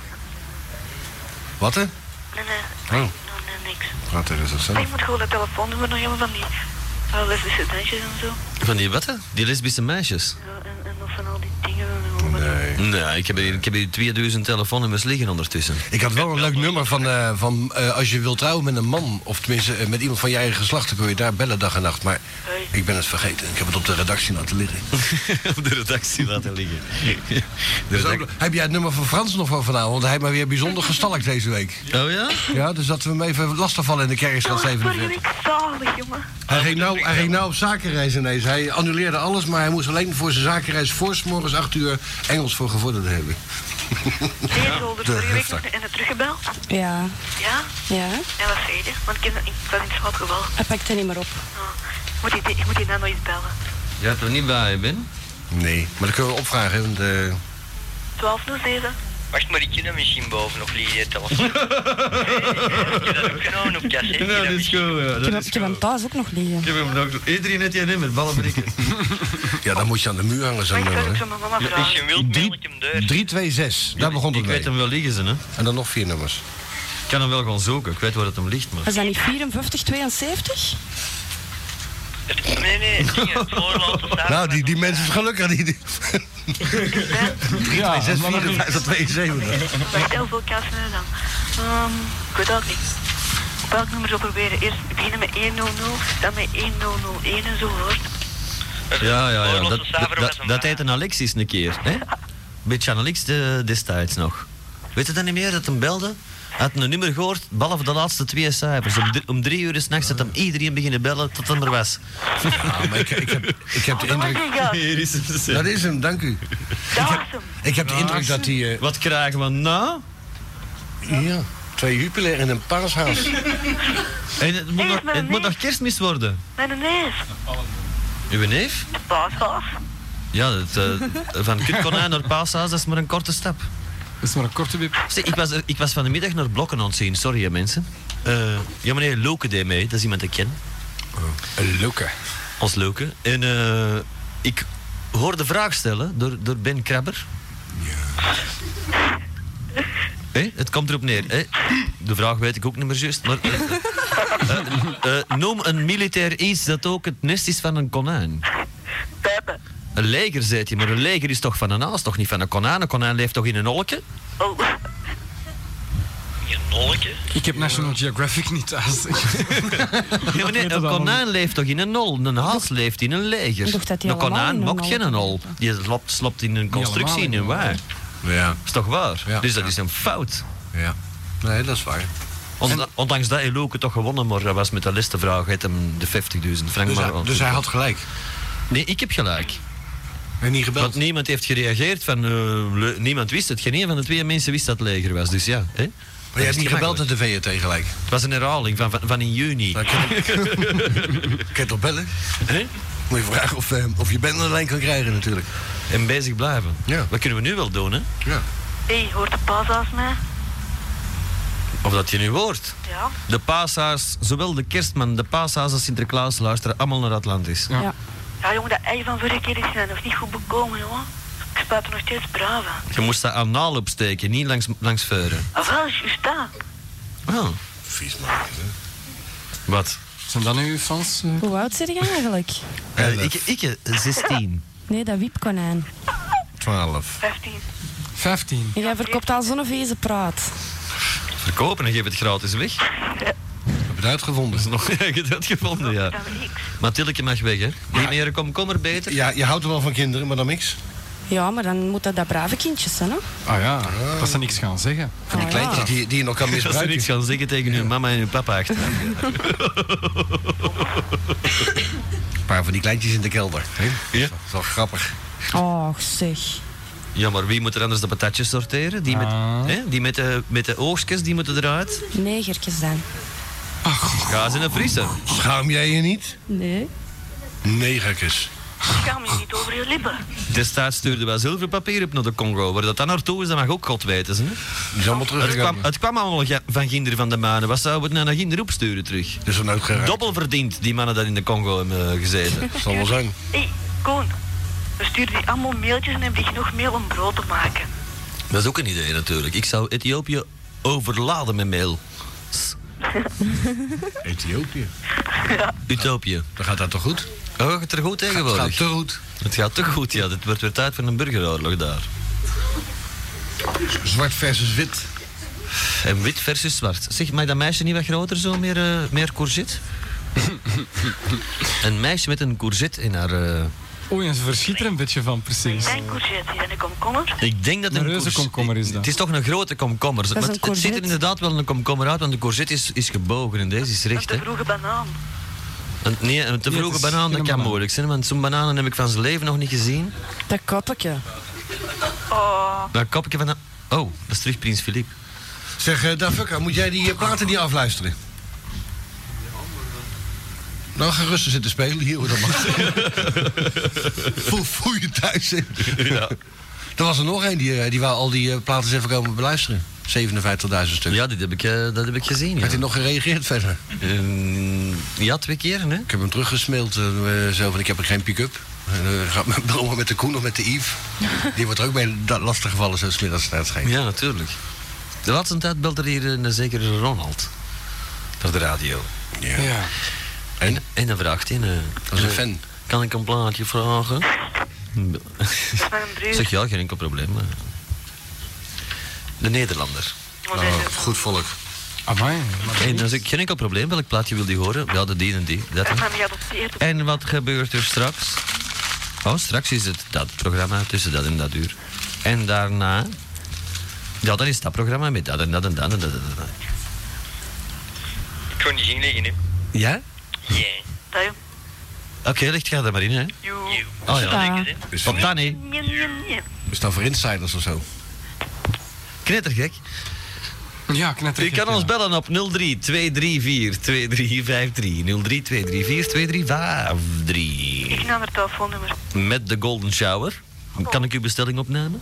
Speaker 11: Wat hè?
Speaker 6: Nee, nee, nee,
Speaker 11: Oh.
Speaker 6: nee, nee, niks.
Speaker 11: Praat tegen zichzelf.
Speaker 6: Ik moet gewoon het telefoonnummer nog hebben van die uh, lesbische dansjes en zo.
Speaker 4: Van die wat, hè? Die lesbische meisjes.
Speaker 6: Ja, en, en nog van al die dingen.
Speaker 11: Nee.
Speaker 4: Nee, ik heb hier, ik heb hier tweeduizend telefoonnummers liggen ondertussen.
Speaker 11: Ik had wel een leuk nummer van, uh, van uh, als je wilt trouwen met een man, of tenminste uh, met iemand van je eigen geslacht, dan kun je daar bellen dag en nacht. Maar
Speaker 6: Hey.
Speaker 11: ik ben het vergeten. Ik heb het op de redactie laten liggen.
Speaker 4: Op de redactie laten liggen. De
Speaker 11: Dus
Speaker 4: redac-
Speaker 11: ook- heb jij het nummer van Frans nog van vanavond? Want hij heeft me weer bijzonder gestalkt deze week.
Speaker 4: Oh ja?
Speaker 11: Ja, dus dat we hem even lastigvallen in de Kerkstraat
Speaker 6: Oh, sorry,
Speaker 11: zevenenveertig.
Speaker 6: ik zalig, jongen.
Speaker 11: Hij ging, nou, hij ging nou op zakenreis ineens. Hij annuleerde alles, maar hij moest alleen voor zijn zakenreis voor 's morgens acht uur Engels voor gevorderden hebben.
Speaker 6: Nee, zo, dus
Speaker 11: de
Speaker 6: vorige week
Speaker 11: heftig.
Speaker 6: en het teruggebeld.
Speaker 10: Ja.
Speaker 6: Ja?
Speaker 10: Ja.
Speaker 6: En wat zei je? Want ik, ik was in slaapgeval.
Speaker 10: Hij pakt er niet meer op.
Speaker 6: Oh. Moet je, ik moet je dan nog eens bellen.
Speaker 4: Je hebt er niet bij, Ben?
Speaker 11: Nee, maar dat kunnen we opvragen. Want, uh...
Speaker 6: twaalf nul zeven.
Speaker 9: Wacht maar, ik ken dat misschien boven nog liggen, die telefoon. Ik heb dat ook genomen op cassette.
Speaker 4: Ja, dat is goed, ja.
Speaker 10: Ik heb, hem- ik heb hem thuis ook nog liggen.
Speaker 4: Ik heb hem nog... Iedereen heeft die nummer, ballen brikken.
Speaker 11: ja, dan moet je aan de muur hangen, zo'n
Speaker 6: Ik
Speaker 11: nummer.
Speaker 6: zou ik
Speaker 11: hè.
Speaker 6: zo mijn mama
Speaker 9: Als
Speaker 6: vragen.
Speaker 9: je wilt, mail ik hem deur.
Speaker 11: drie twee zes, daar begon het
Speaker 4: Ik
Speaker 11: mee.
Speaker 4: weet hem wel liggen, ze, hè.
Speaker 11: En dan nog vier nummers.
Speaker 4: kan hem wel gaan zoeken, ik weet waar het hem ligt. Maar...
Speaker 10: Is dat niet vierenvijftig tweeënzeventig?
Speaker 9: Nee, nee, nee, het voorlaten samen.
Speaker 11: Nou, die, die mensen is gelukkig. Die, die... drie twee zes vierenvijftig tweeënzeventig.
Speaker 6: Wacht, heel veel kassen dan. Um, ik weet dat niet. Op welk nummer zo proberen? Eerst beginnen met honderd, dan met honderd één en zo hoor.
Speaker 4: Ja, ja, ja. Dat, dat, dat, dat heet een Alexis een keer. Hè? Beetje aan Alex de, destijds nog. Weet je dat niet meer, dat hem belde? Hij had een nummer gehoord, behalve de laatste twee cijfers. Om, om drie uur 's nachts had hem iedereen beginnen bellen tot hem er was.
Speaker 11: Ja, maar ik, ik, heb, ik heb de indruk...
Speaker 4: Hier is hem.
Speaker 11: Dat is hem, dank u.
Speaker 6: Dat was
Speaker 11: Ik heb,
Speaker 6: hem.
Speaker 11: ik heb de indruk dat hij... Uh...
Speaker 4: Wat krijgen we nou?
Speaker 11: Ja, twee Jupiler en een paashaas.
Speaker 4: En het moet, nog, het moet nog kerstmis worden.
Speaker 6: Mijn neef.
Speaker 4: Uw neef?
Speaker 6: De paashaas.
Speaker 4: Ja, het, uh, van kutkonijn naar paashaas, dat is maar een korte stap.
Speaker 3: Dat is maar een korte wip.
Speaker 4: Zeg, ik, was, ik was van de middag naar Blokken aan het zien, sorry hè, mensen. Uh, ja meneer, Loke deed mee, dat is iemand dat ik ken.
Speaker 11: Een Loke.
Speaker 4: Ons Loke. En uh, ik hoorde de vraag stellen door, door Ben Krabber. Ja. Hey, het komt erop neer. Hey. De vraag weet ik ook niet meer juist. Maar, uh, uh, uh, noem een militair iets dat ook het nest is van een konijn.
Speaker 6: Pepe.
Speaker 4: Een leger, zei hij, maar een leger is toch van een haas, toch niet van een konijn? Een konijn leeft toch in een olke?
Speaker 6: Oh.
Speaker 9: Je nolke?
Speaker 3: Ik heb National Geographic niet thuis.
Speaker 4: Ja, nee, een konijn leeft toch in een nol? Een haas leeft in een leger. Een konijn mokt geen nol. Die slopt, slopt in een constructie in een waar.
Speaker 11: Ja.
Speaker 4: Is toch waar?
Speaker 11: Ja.
Speaker 4: Dus dat is een fout.
Speaker 11: Ja. Nee, dat is waar.
Speaker 4: Ondanks, ondanks dat Eloke toch gewonnen, maar dat was met de laatste vraag, heeft hem de vijftigduizend frank
Speaker 11: Dus,
Speaker 4: maar...
Speaker 11: hij, dus hij had gelijk.
Speaker 4: Nee, ik heb gelijk.
Speaker 11: En niet gebeld?
Speaker 4: Want niemand heeft gereageerd van... Uh, le- niemand wist het. Geen een van de twee mensen wist dat het leger was. Dus ja. Hè?
Speaker 11: Maar jij hebt niet gebeld met de V R T gelijk?
Speaker 4: Het was een herhaling van, van, van in juni.
Speaker 11: Nou, kan je toch bellen?
Speaker 4: Hè?
Speaker 11: Moet je vragen of, uh, of je Ben aan de lijn kan krijgen natuurlijk.
Speaker 4: En bezig blijven.
Speaker 11: Ja.
Speaker 4: Dat kunnen we nu wel doen, hè?
Speaker 11: Ja.
Speaker 6: Hé, hey, hoort de paashaas mij?
Speaker 4: Of dat je nu hoort.
Speaker 6: Ja.
Speaker 4: De paashaas, zowel de kerstman, de paashaas als Sinterklaas luisteren allemaal naar Atlantis.
Speaker 3: Ja.
Speaker 10: Ja.
Speaker 6: Ja, jongen, dat ei van vorige keer is mij nog niet goed bekomen, jongen. Ik spuit er nog steeds braaf aan.
Speaker 4: Je moest dat aan naal opsteken, niet langs, langs veuren.
Speaker 6: Ah, wel, juist dat.
Speaker 4: Oh.
Speaker 11: Vies man.
Speaker 4: Wat?
Speaker 3: Zijn dat nu uw fans? Uh?
Speaker 10: Hoe oud zit je eigenlijk?
Speaker 4: Uh, ik, ik, zestien.
Speaker 10: Nee, dat wiepkonijn.
Speaker 11: twaalf.
Speaker 6: vijftien.
Speaker 3: vijftien.
Speaker 10: En jij verkoopt al zo'n vieze praat.
Speaker 4: Verkopen en geef het gratis weg.
Speaker 11: Heb je het uitgevonden?
Speaker 4: Dat is nog ja, ik heb het gevonden, ja. Maar Tilleke mag weg, hè? Niet meer een komkommer beter?
Speaker 11: Ja, je houdt er wel van kinderen, maar dan niks.
Speaker 10: Ja, maar dan moeten dat brave kindjes zijn, hè?
Speaker 3: Ah ja, dat ze niks gaan zeggen.
Speaker 11: Van die
Speaker 10: Ah,
Speaker 11: kleintjes
Speaker 10: ja.
Speaker 11: die, die je nog kan
Speaker 4: Als ze
Speaker 11: misbruiken.
Speaker 4: niks gaan zeggen tegen hun mama en hun papa achteraf.
Speaker 11: Een paar van die kleintjes in de kelder. Hè?
Speaker 4: Ja.
Speaker 11: Dat is wel grappig.
Speaker 10: Och, zeg.
Speaker 4: Ja, maar wie moet er anders de patatjes sorteren? Die met,
Speaker 3: Ah.
Speaker 4: hè? Die met, de, met de oogstjes, die moeten eruit.
Speaker 10: Negertjes dan.
Speaker 4: Ga ze in een vriezer.
Speaker 11: Schaam jij je niet?
Speaker 10: Nee.
Speaker 11: Negertjes.
Speaker 6: Schaam je niet over je lippen.
Speaker 4: Destijds stuurden wij zilverpapier op naar de Congo. Waar dat dan naartoe is, dat mag ook God weten. Hè?
Speaker 11: Die is allemaal
Speaker 4: Het, kwam,
Speaker 11: teruggekomen.
Speaker 4: het kwam allemaal ge- van Ginder van de Manen. Wat zouden we het naar Ginder opsturen terug?
Speaker 11: Dus er nooit geraakt.
Speaker 4: Dobbel verdiend, die mannen daar in de Congo hebben uh, gezeten.
Speaker 11: Dat zal wel zijn.
Speaker 6: Hé, hey, Koen. We sturen die allemaal mailtjes en hebben die genoeg mail om brood te maken.
Speaker 4: Dat is ook een idee natuurlijk. Ik zou Ethiopië overladen met mail.
Speaker 11: Ethiopië.
Speaker 4: Utopië.
Speaker 11: Dan gaat dat toch goed?
Speaker 4: Oh, gaat het er goed
Speaker 11: Het
Speaker 4: tegenwoordig?
Speaker 11: gaat te goed.
Speaker 4: Het gaat te goed, ja. Het wordt weer tijd voor een burgeroorlog daar.
Speaker 11: Zwart versus wit.
Speaker 4: En wit versus zwart. Zeg, mag dat meisje niet wat groter zo, meer, uh, meer courgette? Een meisje met een courgette in haar... Uh...
Speaker 3: Oei, en ze verschiet er een beetje van, precies.
Speaker 6: Een courgette en een komkommer.
Speaker 4: Ik denk dat
Speaker 3: Een
Speaker 4: een
Speaker 3: reuze
Speaker 4: courge-
Speaker 3: komkommer is dat.
Speaker 4: Het is toch een grote komkommer.
Speaker 10: is
Speaker 4: Maar
Speaker 10: een
Speaker 4: het, het ziet er
Speaker 10: courgette.
Speaker 4: inderdaad wel een komkommer uit, want de courgette is, is gebogen en deze is
Speaker 6: Met
Speaker 4: recht.
Speaker 6: de
Speaker 4: Hè.
Speaker 6: vroege banaan.
Speaker 4: En, nee, een te
Speaker 3: Nee,
Speaker 4: vroege
Speaker 3: het is
Speaker 4: banaan, dat
Speaker 3: geen
Speaker 4: kan
Speaker 3: banaan.
Speaker 4: moeilijk zijn, want zo'n bananen heb ik van zijn leven nog niet gezien.
Speaker 10: Dat koppetje.
Speaker 6: Oh,
Speaker 4: Dat kopje van... een- Oh, dat is terug Prins Philippe.
Speaker 11: Zeg, uh, Dafuka, moet jij die uh, platen niet afluisteren? Nou, ga rustig zitten spelen hier, hoe dat mag. voel, voel je thuis. Hè?
Speaker 4: Ja.
Speaker 11: Er was er nog een, die, uh, die wou al die uh, platen eens even komen beluisteren. zevenenvijftigduizend stuks.
Speaker 4: Ja, dit heb ik, uh, dat heb ik gezien. Ja.
Speaker 11: Heeft hij nog gereageerd verder?
Speaker 4: Um, ja, twee keer, hè?
Speaker 11: Ik heb hem teruggesmaild, uh, zo van ik heb er geen pick-up. En uh, gaat mijn broer met de Koen of met de Yves. Die wordt er ook bij lastig gevallen, zo smiddags naar het schijnt.
Speaker 4: Ja, natuurlijk. De laatste tijd belt er hier een zekere Ronald. Naar de radio.
Speaker 11: Ja.
Speaker 3: Ja.
Speaker 4: En? En dan vraagt hij... Uh,
Speaker 11: dat is een fan.
Speaker 4: Kan ik een plaatje vragen?
Speaker 6: Ik
Speaker 4: zeg ja, geen enkel probleem. De Nederlander.
Speaker 6: Oh,
Speaker 11: goed volk.
Speaker 3: Amai.
Speaker 4: En dan zeg ik geen enkel probleem. Welk plaatje wil die horen? Ja, de die en die. Dat
Speaker 6: en geadopteerd.
Speaker 4: En wat gebeurt er straks? Oh, straks is het dat programma tussen dat en dat uur. En daarna... Ja, dan is dat programma met dat en dat en dat en dat en dat.
Speaker 9: Ik ga niet zien liggen, hè.
Speaker 4: Ja?
Speaker 9: Ja.
Speaker 6: Yeah.
Speaker 4: Oké, okay, ligt ga er maar in, hè.
Speaker 6: Joe.
Speaker 4: Oh ja. Op dan, hè.
Speaker 11: Is dat voor insiders of zo?
Speaker 4: Knettergek.
Speaker 3: Ja, knettergek.
Speaker 4: U kan ons bellen op nul drie twee drie vier twee drie vijf drie. nul drie twee drie vier twee drie vijf drie.
Speaker 6: Ik neem het telefoonnummer.
Speaker 4: Met de Golden Shower. Kan ik uw bestelling opnemen?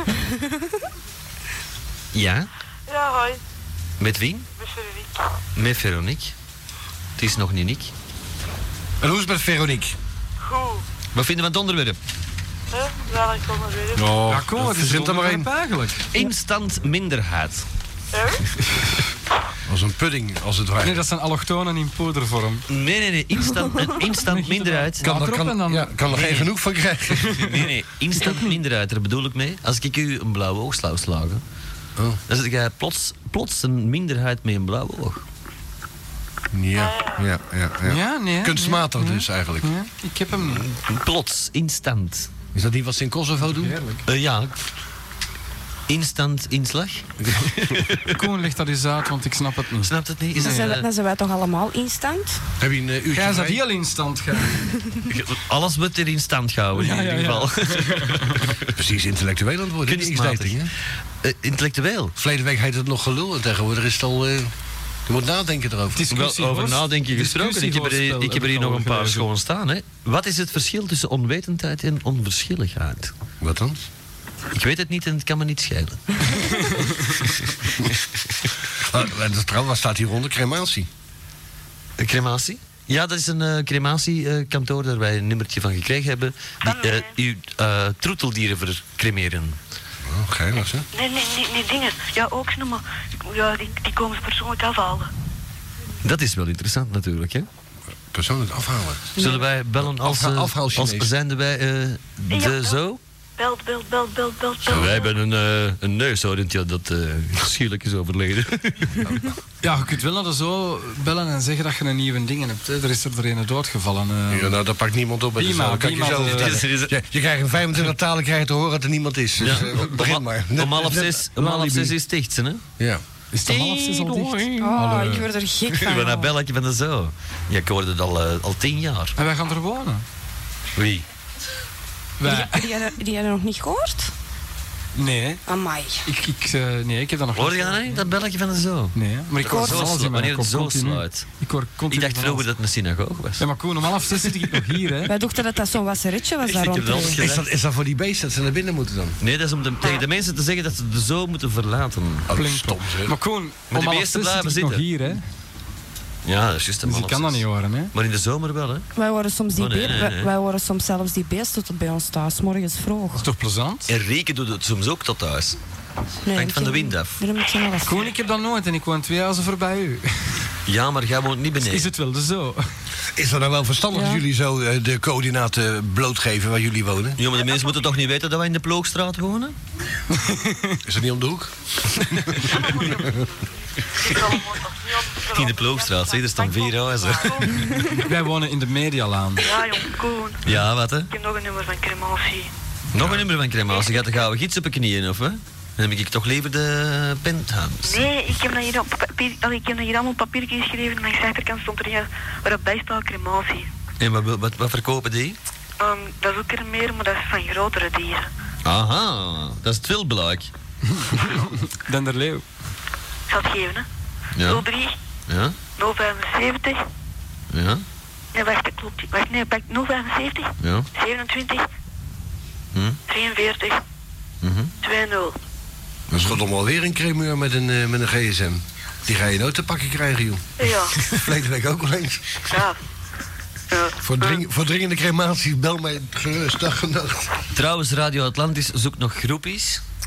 Speaker 4: Ja?
Speaker 6: Ja, hoi.
Speaker 4: Met wie?
Speaker 6: Met Veronique.
Speaker 4: Met Veronique. Het is nog niet Nick.
Speaker 11: En hoe is het met Veronique?
Speaker 6: Goed.
Speaker 4: Wat vinden we van het onderwerp?
Speaker 6: Huh? Ja, ik kom er weer.
Speaker 11: No,
Speaker 3: ja, kom, het is
Speaker 11: er maar één.
Speaker 3: Eigenlijk.
Speaker 4: Instant minderheid.
Speaker 6: Huh?
Speaker 11: Als een pudding, als het ware.
Speaker 3: Nee, dat zijn allochtonen in poedervorm.
Speaker 4: Nee, nee, nee. Instant, een instant minderheid.
Speaker 11: Kan er kan, dan... ja, kan er
Speaker 4: nee,
Speaker 11: geen genoeg van krijgen.
Speaker 4: Nee, nee. Instant minderheid, daar bedoel ik mee. Als ik u een blauwe oog zou slagen, oh. dan zit jij plots, plots een minderheid met een blauwe oog.
Speaker 11: Ja, ja, ja. ja.
Speaker 3: ja nee,
Speaker 11: kunstmatig
Speaker 3: nee,
Speaker 11: dus eigenlijk.
Speaker 3: Nee, ik heb hem niet.
Speaker 4: Plots, instant.
Speaker 11: Is dat niet wat ze in Kosovo doen?
Speaker 4: Uh, ja. Instant inslag.
Speaker 3: Koen, leg dat eens uit, want ik snap het niet.
Speaker 4: Snapt het niet? Is
Speaker 10: dan,
Speaker 4: het,
Speaker 10: zijn, dan zijn wij toch allemaal instant?
Speaker 11: Heb je een uh, uurtje
Speaker 3: Jij zou heel instant gaan.
Speaker 4: Alles wordt er in stand gehouden,
Speaker 3: ja,
Speaker 4: in ieder
Speaker 3: ja,
Speaker 4: geval.
Speaker 11: Ja. Precies intellectueel aan het worden.
Speaker 4: Kunstmatig. Uh, intellectueel?
Speaker 11: Verleden week heette het nog gelul en tegenwoordig is het al... Uh, je moet nadenken erover.
Speaker 4: Wel, over nadenken gesproken. Ik heb er, ik heb er hier nog een paar schoon staan. Hè. Wat is het verschil tussen onwetendheid en onverschilligheid?
Speaker 11: Wat dan?
Speaker 4: Ik weet het niet en het kan me niet schelen.
Speaker 11: Trouwens, wat staat hieronder? Crematie.
Speaker 4: Een crematie? Ja, dat is een uh, crematiekantoor uh, daar wij een nummertje van gekregen hebben. Die uh, uw uh, troeteldieren vercremeren.
Speaker 11: Oh, geinig, hè?
Speaker 6: Nee, nee, nee, nee, dingen. Ja, ook nog maar. Ja, die, die komen ze persoonlijk afhalen.
Speaker 4: Dat is wel interessant natuurlijk, hè?
Speaker 11: Persoonlijk afhalen?
Speaker 4: Zullen wij bellen als, uh, als zijnde wij uh, de ja, zo?
Speaker 6: Belt, belt, belt, belt, belt, belt.
Speaker 4: Wij hebben een, uh, een neushoorn ja, dat uh, schuwelijk is overleden.
Speaker 3: Ja, je kunt wel naar de zo bellen en zeggen dat je een nieuwe dingen hebt. Hè. Er is er er een doodgevallen. Uh...
Speaker 11: Ja, nou, dat pakt niemand op.
Speaker 3: Prima,
Speaker 11: kan je, zo
Speaker 3: uh,
Speaker 11: je, je krijgt in vijfentwintig talen krijg je te horen dat er niemand is. Dus, ja. uh, begin maar.
Speaker 4: Om half zes, om half zes is het dicht, hè?
Speaker 11: Ja.
Speaker 3: Is het om half zes al dicht?
Speaker 10: Oh, ik word er gek van.
Speaker 4: Ik ben een belletje van de zo. Ja, ik hoorde het al, uh, al tien jaar.
Speaker 3: En wij gaan er wonen.
Speaker 4: Wie?
Speaker 10: Wij. Die, die, die, die hadden nog niet gehoord?
Speaker 3: Nee.
Speaker 10: Amai.
Speaker 3: Ik, ik, uh, nee, ik heb dat nog
Speaker 4: niet. Hoor je dat niet? Dat belletje van de zo?
Speaker 3: Nee, maar ik hoor
Speaker 4: zo slu- wanneer het zo sluit.
Speaker 3: Ik, hoor
Speaker 4: ik dacht vroeger dat het een synagoge was.
Speaker 3: Ja, maar Koen, om half zes zit ik nog hier, hè.
Speaker 10: Wij dachten dat dat zo'n wasseretje was daar rond.
Speaker 11: Is dat, is dat voor die beesten dat ze naar binnen moeten dan?
Speaker 4: Nee, dat is om de, tegen de mensen te zeggen dat ze de zo moeten verlaten.
Speaker 11: Oh, stom, zeg.
Speaker 3: Maar Koen,
Speaker 4: maar
Speaker 3: om half zes zit ik nog hier, hè.
Speaker 4: Ja, dat is juist een
Speaker 3: dus ik kan dat niet horen, hè.
Speaker 4: Maar in de zomer wel, hè.
Speaker 10: Wij horen soms, die
Speaker 4: oh, nee, nee, nee.
Speaker 10: Wij, wij horen soms zelfs die beesten tot bij ons thuis, morgens vroeg.
Speaker 3: Dat is toch plezant?
Speaker 4: En Rieke doet het soms ook tot thuis.
Speaker 10: Nee,
Speaker 4: hangt van de wind af.
Speaker 3: Koen, ik heb dat nooit en ik woon twee huizen voorbij u.
Speaker 4: Ja, maar jij woont niet beneden.
Speaker 3: Is het wel dus zo?
Speaker 11: Is dat nou wel verstandig ja. dat jullie zo uh, de coördinaten blootgeven waar jullie wonen?
Speaker 4: Ja, maar de mensen moeten toch niet weten dat wij in de Ploogstraat wonen?
Speaker 11: Is dat niet om de hoek?
Speaker 4: In de Ploogstraat, zie, er staan vier huizen.
Speaker 3: Wij wonen in de Medialaan.
Speaker 6: Ja, jong, Koen.
Speaker 4: Ja, wat hè?
Speaker 6: Ik heb nog een nummer van crematie.
Speaker 4: Nog een nummer van crematie? Gaat de gouden gids op een knieën, of hè? Dan heb ik toch liever de penthouse.
Speaker 6: Nee, ik heb dat hier op papier, ik heb dat hier allemaal op papiertje geschreven en langs de achterkant stond er een waarop bij staat crematie.
Speaker 4: En wat, wat, wat verkopen die?
Speaker 6: Um, dat is ook er meer, maar dat is van grotere dieren.
Speaker 4: Aha, dat is het veelbelangrijk.
Speaker 3: Dan de leeuw.
Speaker 6: Ik zal het geven, hè.
Speaker 4: Ja.
Speaker 6: nul drie.
Speaker 4: Ja.
Speaker 6: nul vijfenzeventig.
Speaker 4: Ja.
Speaker 6: Nee, wacht, dat klopt. Wacht, nee, pak nul vijfenzeventig.
Speaker 4: Ja.
Speaker 6: zevenentwintig.
Speaker 4: Hm.
Speaker 6: drieënveertig.
Speaker 4: Mm-hmm.
Speaker 6: twee nul.
Speaker 11: Dat is gewoon alweer een cremeur met een, uh, met een G S M. Die ga je nooit te pakken krijgen, joh.
Speaker 6: Ja.
Speaker 11: Verleden week ook al eens.
Speaker 6: Ja. Ja.
Speaker 11: Voor, dring, voor dringende crematies, bel mij gerust dag en nacht.
Speaker 4: Trouwens, Radio Atlantis zoekt nog groepies.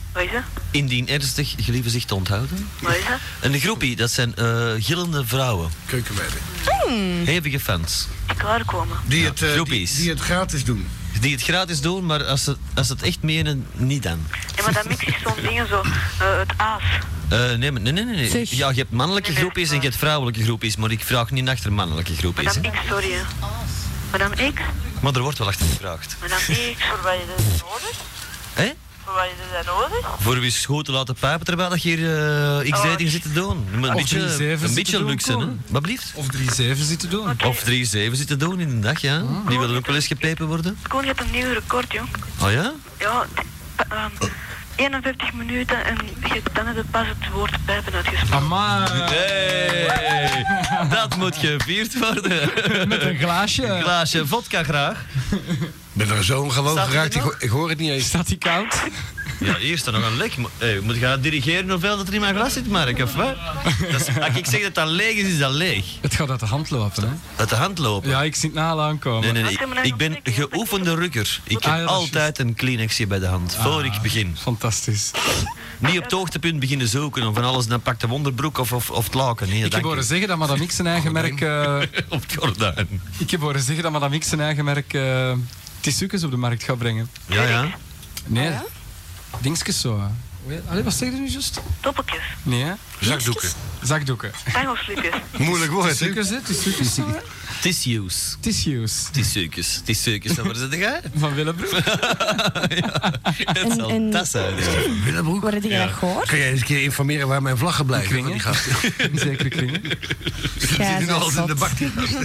Speaker 6: Wat is dat?
Speaker 4: Indien ernstig, gelieve zich te onthouden.
Speaker 6: Wat is dat?
Speaker 4: Een groepie, dat zijn uh, gillende vrouwen.
Speaker 11: Keukenmeiden.
Speaker 10: Hmm.
Speaker 4: Hevige fans.
Speaker 6: Die klaarkomen.
Speaker 11: Die het, uh, die,
Speaker 4: Groepies.
Speaker 11: die het gratis doen.
Speaker 4: Die het gratis doen, maar als ze, als ze het echt menen, niet dan.
Speaker 6: Ja, maar dat mix is zo'n dingen zo, uh, het aas.
Speaker 4: Uh, nee, maar- nee, nee, nee. nee.
Speaker 10: Zeg.
Speaker 4: Ja, je hebt mannelijke
Speaker 6: Nee, nee,
Speaker 4: groepjes en je hebt vrouwelijke groepjes, maar ik vraag niet achter mannelijke groepjes.
Speaker 6: Madame
Speaker 4: Hè.
Speaker 6: X, sorry hè. Madame X?
Speaker 4: Maar er wordt wel achter gevraagd.
Speaker 6: Madame X.
Speaker 7: Voor wat je dat nodig?
Speaker 4: Hé?
Speaker 7: Voor wat je dat nodig?
Speaker 4: Voor wie schoot te laten pijpen terwijl dat je hier uh, X-dating zit te doen. Je moet Een
Speaker 3: Of
Speaker 4: beetje,
Speaker 3: drie zeven
Speaker 4: een
Speaker 3: zitten
Speaker 4: beetje
Speaker 3: doen,
Speaker 4: luxe, hè?
Speaker 3: Koen.
Speaker 4: Wat blieft?
Speaker 3: Of drie zeven zitten doen.
Speaker 6: Oké.
Speaker 4: Of drie zeven zitten doen in de dag, ja. Die willen ook wel eens gepepen worden.
Speaker 6: Koen, je hebt een nieuw record, jong.
Speaker 4: Oh ja?
Speaker 6: Ja, um, eenenveertig minuten en je, dan heb je pas het woord pijpen uitgesproken.
Speaker 3: Amai.
Speaker 4: Hey, dat moet gevierd worden.
Speaker 3: Met een glaasje.
Speaker 4: Een glaasje vodka graag.
Speaker 11: Ik ben er zo gewoon
Speaker 4: Staat hij
Speaker 11: geraakt,
Speaker 4: er
Speaker 11: ik,
Speaker 4: nog?
Speaker 11: hoor- ik hoor het niet eens.
Speaker 3: Staat die koud?
Speaker 4: Ja, hier staat nog een lek. Hey, moet je gaan dirigeren hoeveel dat er in mijn glas zit, Mark, of wat? Dat is, als ik zeg dat dat leeg is, is dat leeg.
Speaker 3: Het gaat uit de hand lopen, hè?
Speaker 4: Uit de hand lopen.
Speaker 3: Ja, ik zie het na al aankomen.
Speaker 4: Nee, nee, nee. Ik ben geoefende rukker. Ik
Speaker 3: Ah, ja,
Speaker 4: heb
Speaker 3: dat is
Speaker 4: altijd een Kleenexje bij de hand, voor ik begin.
Speaker 3: Fantastisch.
Speaker 4: Niet op het hoogtepunt beginnen zoeken of van alles, dan pak de wonderbroek of, of, of het laken. Nee,
Speaker 3: Ik heb
Speaker 4: dank
Speaker 3: horen
Speaker 4: u.
Speaker 3: zeggen dat Madame X zijn eigen merk... eh,
Speaker 4: Op het gordijn.
Speaker 3: ik heb horen zeggen dat Madame X zijn eigen merk uh, tissues op de markt gaat brengen.
Speaker 4: Ja, ja.
Speaker 3: Nee, dingetjes zo. hè. Allee, wat zeg je nu juist?
Speaker 6: Toppeltjes,
Speaker 3: Nee, hè?
Speaker 11: Zakdoeken.
Speaker 3: Zakdoeken.
Speaker 6: tangelslipjes.
Speaker 11: Moeilijk woord, hè?
Speaker 3: Tissues, hè? Tissues zo, hè?
Speaker 4: Tissues.
Speaker 3: Tissues.
Speaker 4: Tissues. Tissues. Waar zit jij?
Speaker 3: Van Willebroek.
Speaker 4: Het
Speaker 10: En-
Speaker 4: zal
Speaker 10: en-
Speaker 4: tas zijn.
Speaker 11: Willebroek.
Speaker 10: Waar heb je dat gehoord?
Speaker 11: Kan jij eens een keer informeren waar mijn vlaggen blijven?
Speaker 3: Kringen.
Speaker 11: Van die gasten.
Speaker 3: Zekere kringen.
Speaker 11: Die
Speaker 10: Jij
Speaker 11: doen
Speaker 10: bent
Speaker 11: alles in de
Speaker 10: zot.
Speaker 11: bak. die gasten.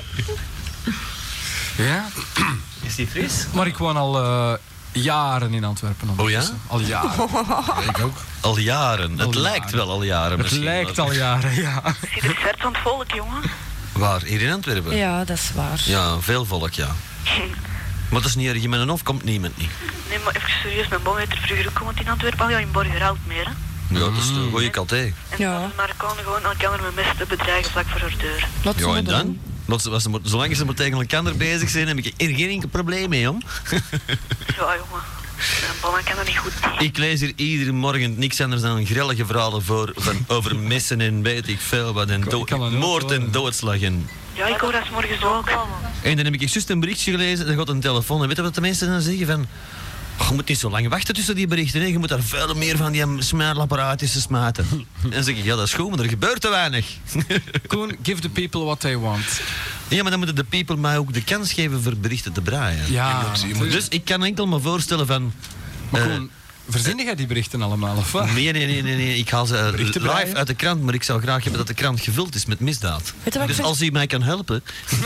Speaker 3: Ja,
Speaker 4: Is die fris?
Speaker 3: maar ik woon al eh, jaren in Antwerpen. ondertussen. Al jaren.
Speaker 11: Ik ook.
Speaker 4: Al jaren.
Speaker 3: Al
Speaker 4: Het lijkt
Speaker 3: jaren.
Speaker 4: wel al jaren
Speaker 3: Het
Speaker 4: misschien.
Speaker 3: lijkt al jaren, ja.
Speaker 6: Ik zie de vet van het volk, jongen.
Speaker 4: Waar? Hier in Antwerpen?
Speaker 10: Ja, dat is waar.
Speaker 4: Ja, veel volk, ja. Maar dat is niet erg. In mijn hof komt niemand niet.
Speaker 6: Nee, maar even serieus, mijn boom heeft er vroeger ook gewoond in Antwerpen. Oh ja, in Borgerhout meer, hè.
Speaker 4: Ja, dat is een goeie kat, hè.
Speaker 6: En
Speaker 10: Ja.
Speaker 6: dan maar kan gewoon elkaar met mesten bedreigen vlak voor haar deur.
Speaker 10: Laat ze
Speaker 4: Ja,
Speaker 10: maar
Speaker 4: en dan?
Speaker 10: doen.
Speaker 4: Dat ze, ze, moet- zolang ze maar tegen elkaar bezig zijn, heb ik er geen enkel probleem mee, om.
Speaker 6: Ja, jongen. Mijn boom kan dat niet goed.
Speaker 4: Ik lees hier iedere morgen niks anders dan grillige verhalen voor, van, over messen en weet ik veel wat. En
Speaker 3: Ik
Speaker 4: dood-
Speaker 3: kan dat ook
Speaker 4: moord en
Speaker 3: horen.
Speaker 4: doodslag. En,
Speaker 6: Ja, ik hoor dat 's morgens ook.
Speaker 4: en dan heb ik juist een berichtje gelezen, dan gaat een telefoon. En weet je wat de mensen dan zeggen? Van, "Oh, je moet niet zo lang wachten tussen die berichten. Hè. Je moet daar veel meer van die smaalapparaatjes smaten. En dan zeg ik, ja dat is goed, maar er gebeurt te weinig.
Speaker 3: Koen, give the people what they want.
Speaker 4: Ja, maar dan moeten de people mij ook de kans geven voor berichten te braaien.
Speaker 3: Ja,
Speaker 4: Dus ik kan enkel me voorstellen van...
Speaker 3: Maar
Speaker 4: eh,
Speaker 3: Koen, verzin jij die berichten allemaal, of wat?
Speaker 4: Nee, nee, nee, nee, nee. Ik haal ze eh,
Speaker 3: Berichten
Speaker 4: live
Speaker 3: braaien?
Speaker 4: uit de krant, maar ik zou graag hebben dat de krant gevuld is met misdaad.
Speaker 10: Weet je wat ik
Speaker 4: Dus
Speaker 10: vind?
Speaker 4: als u mij kan helpen...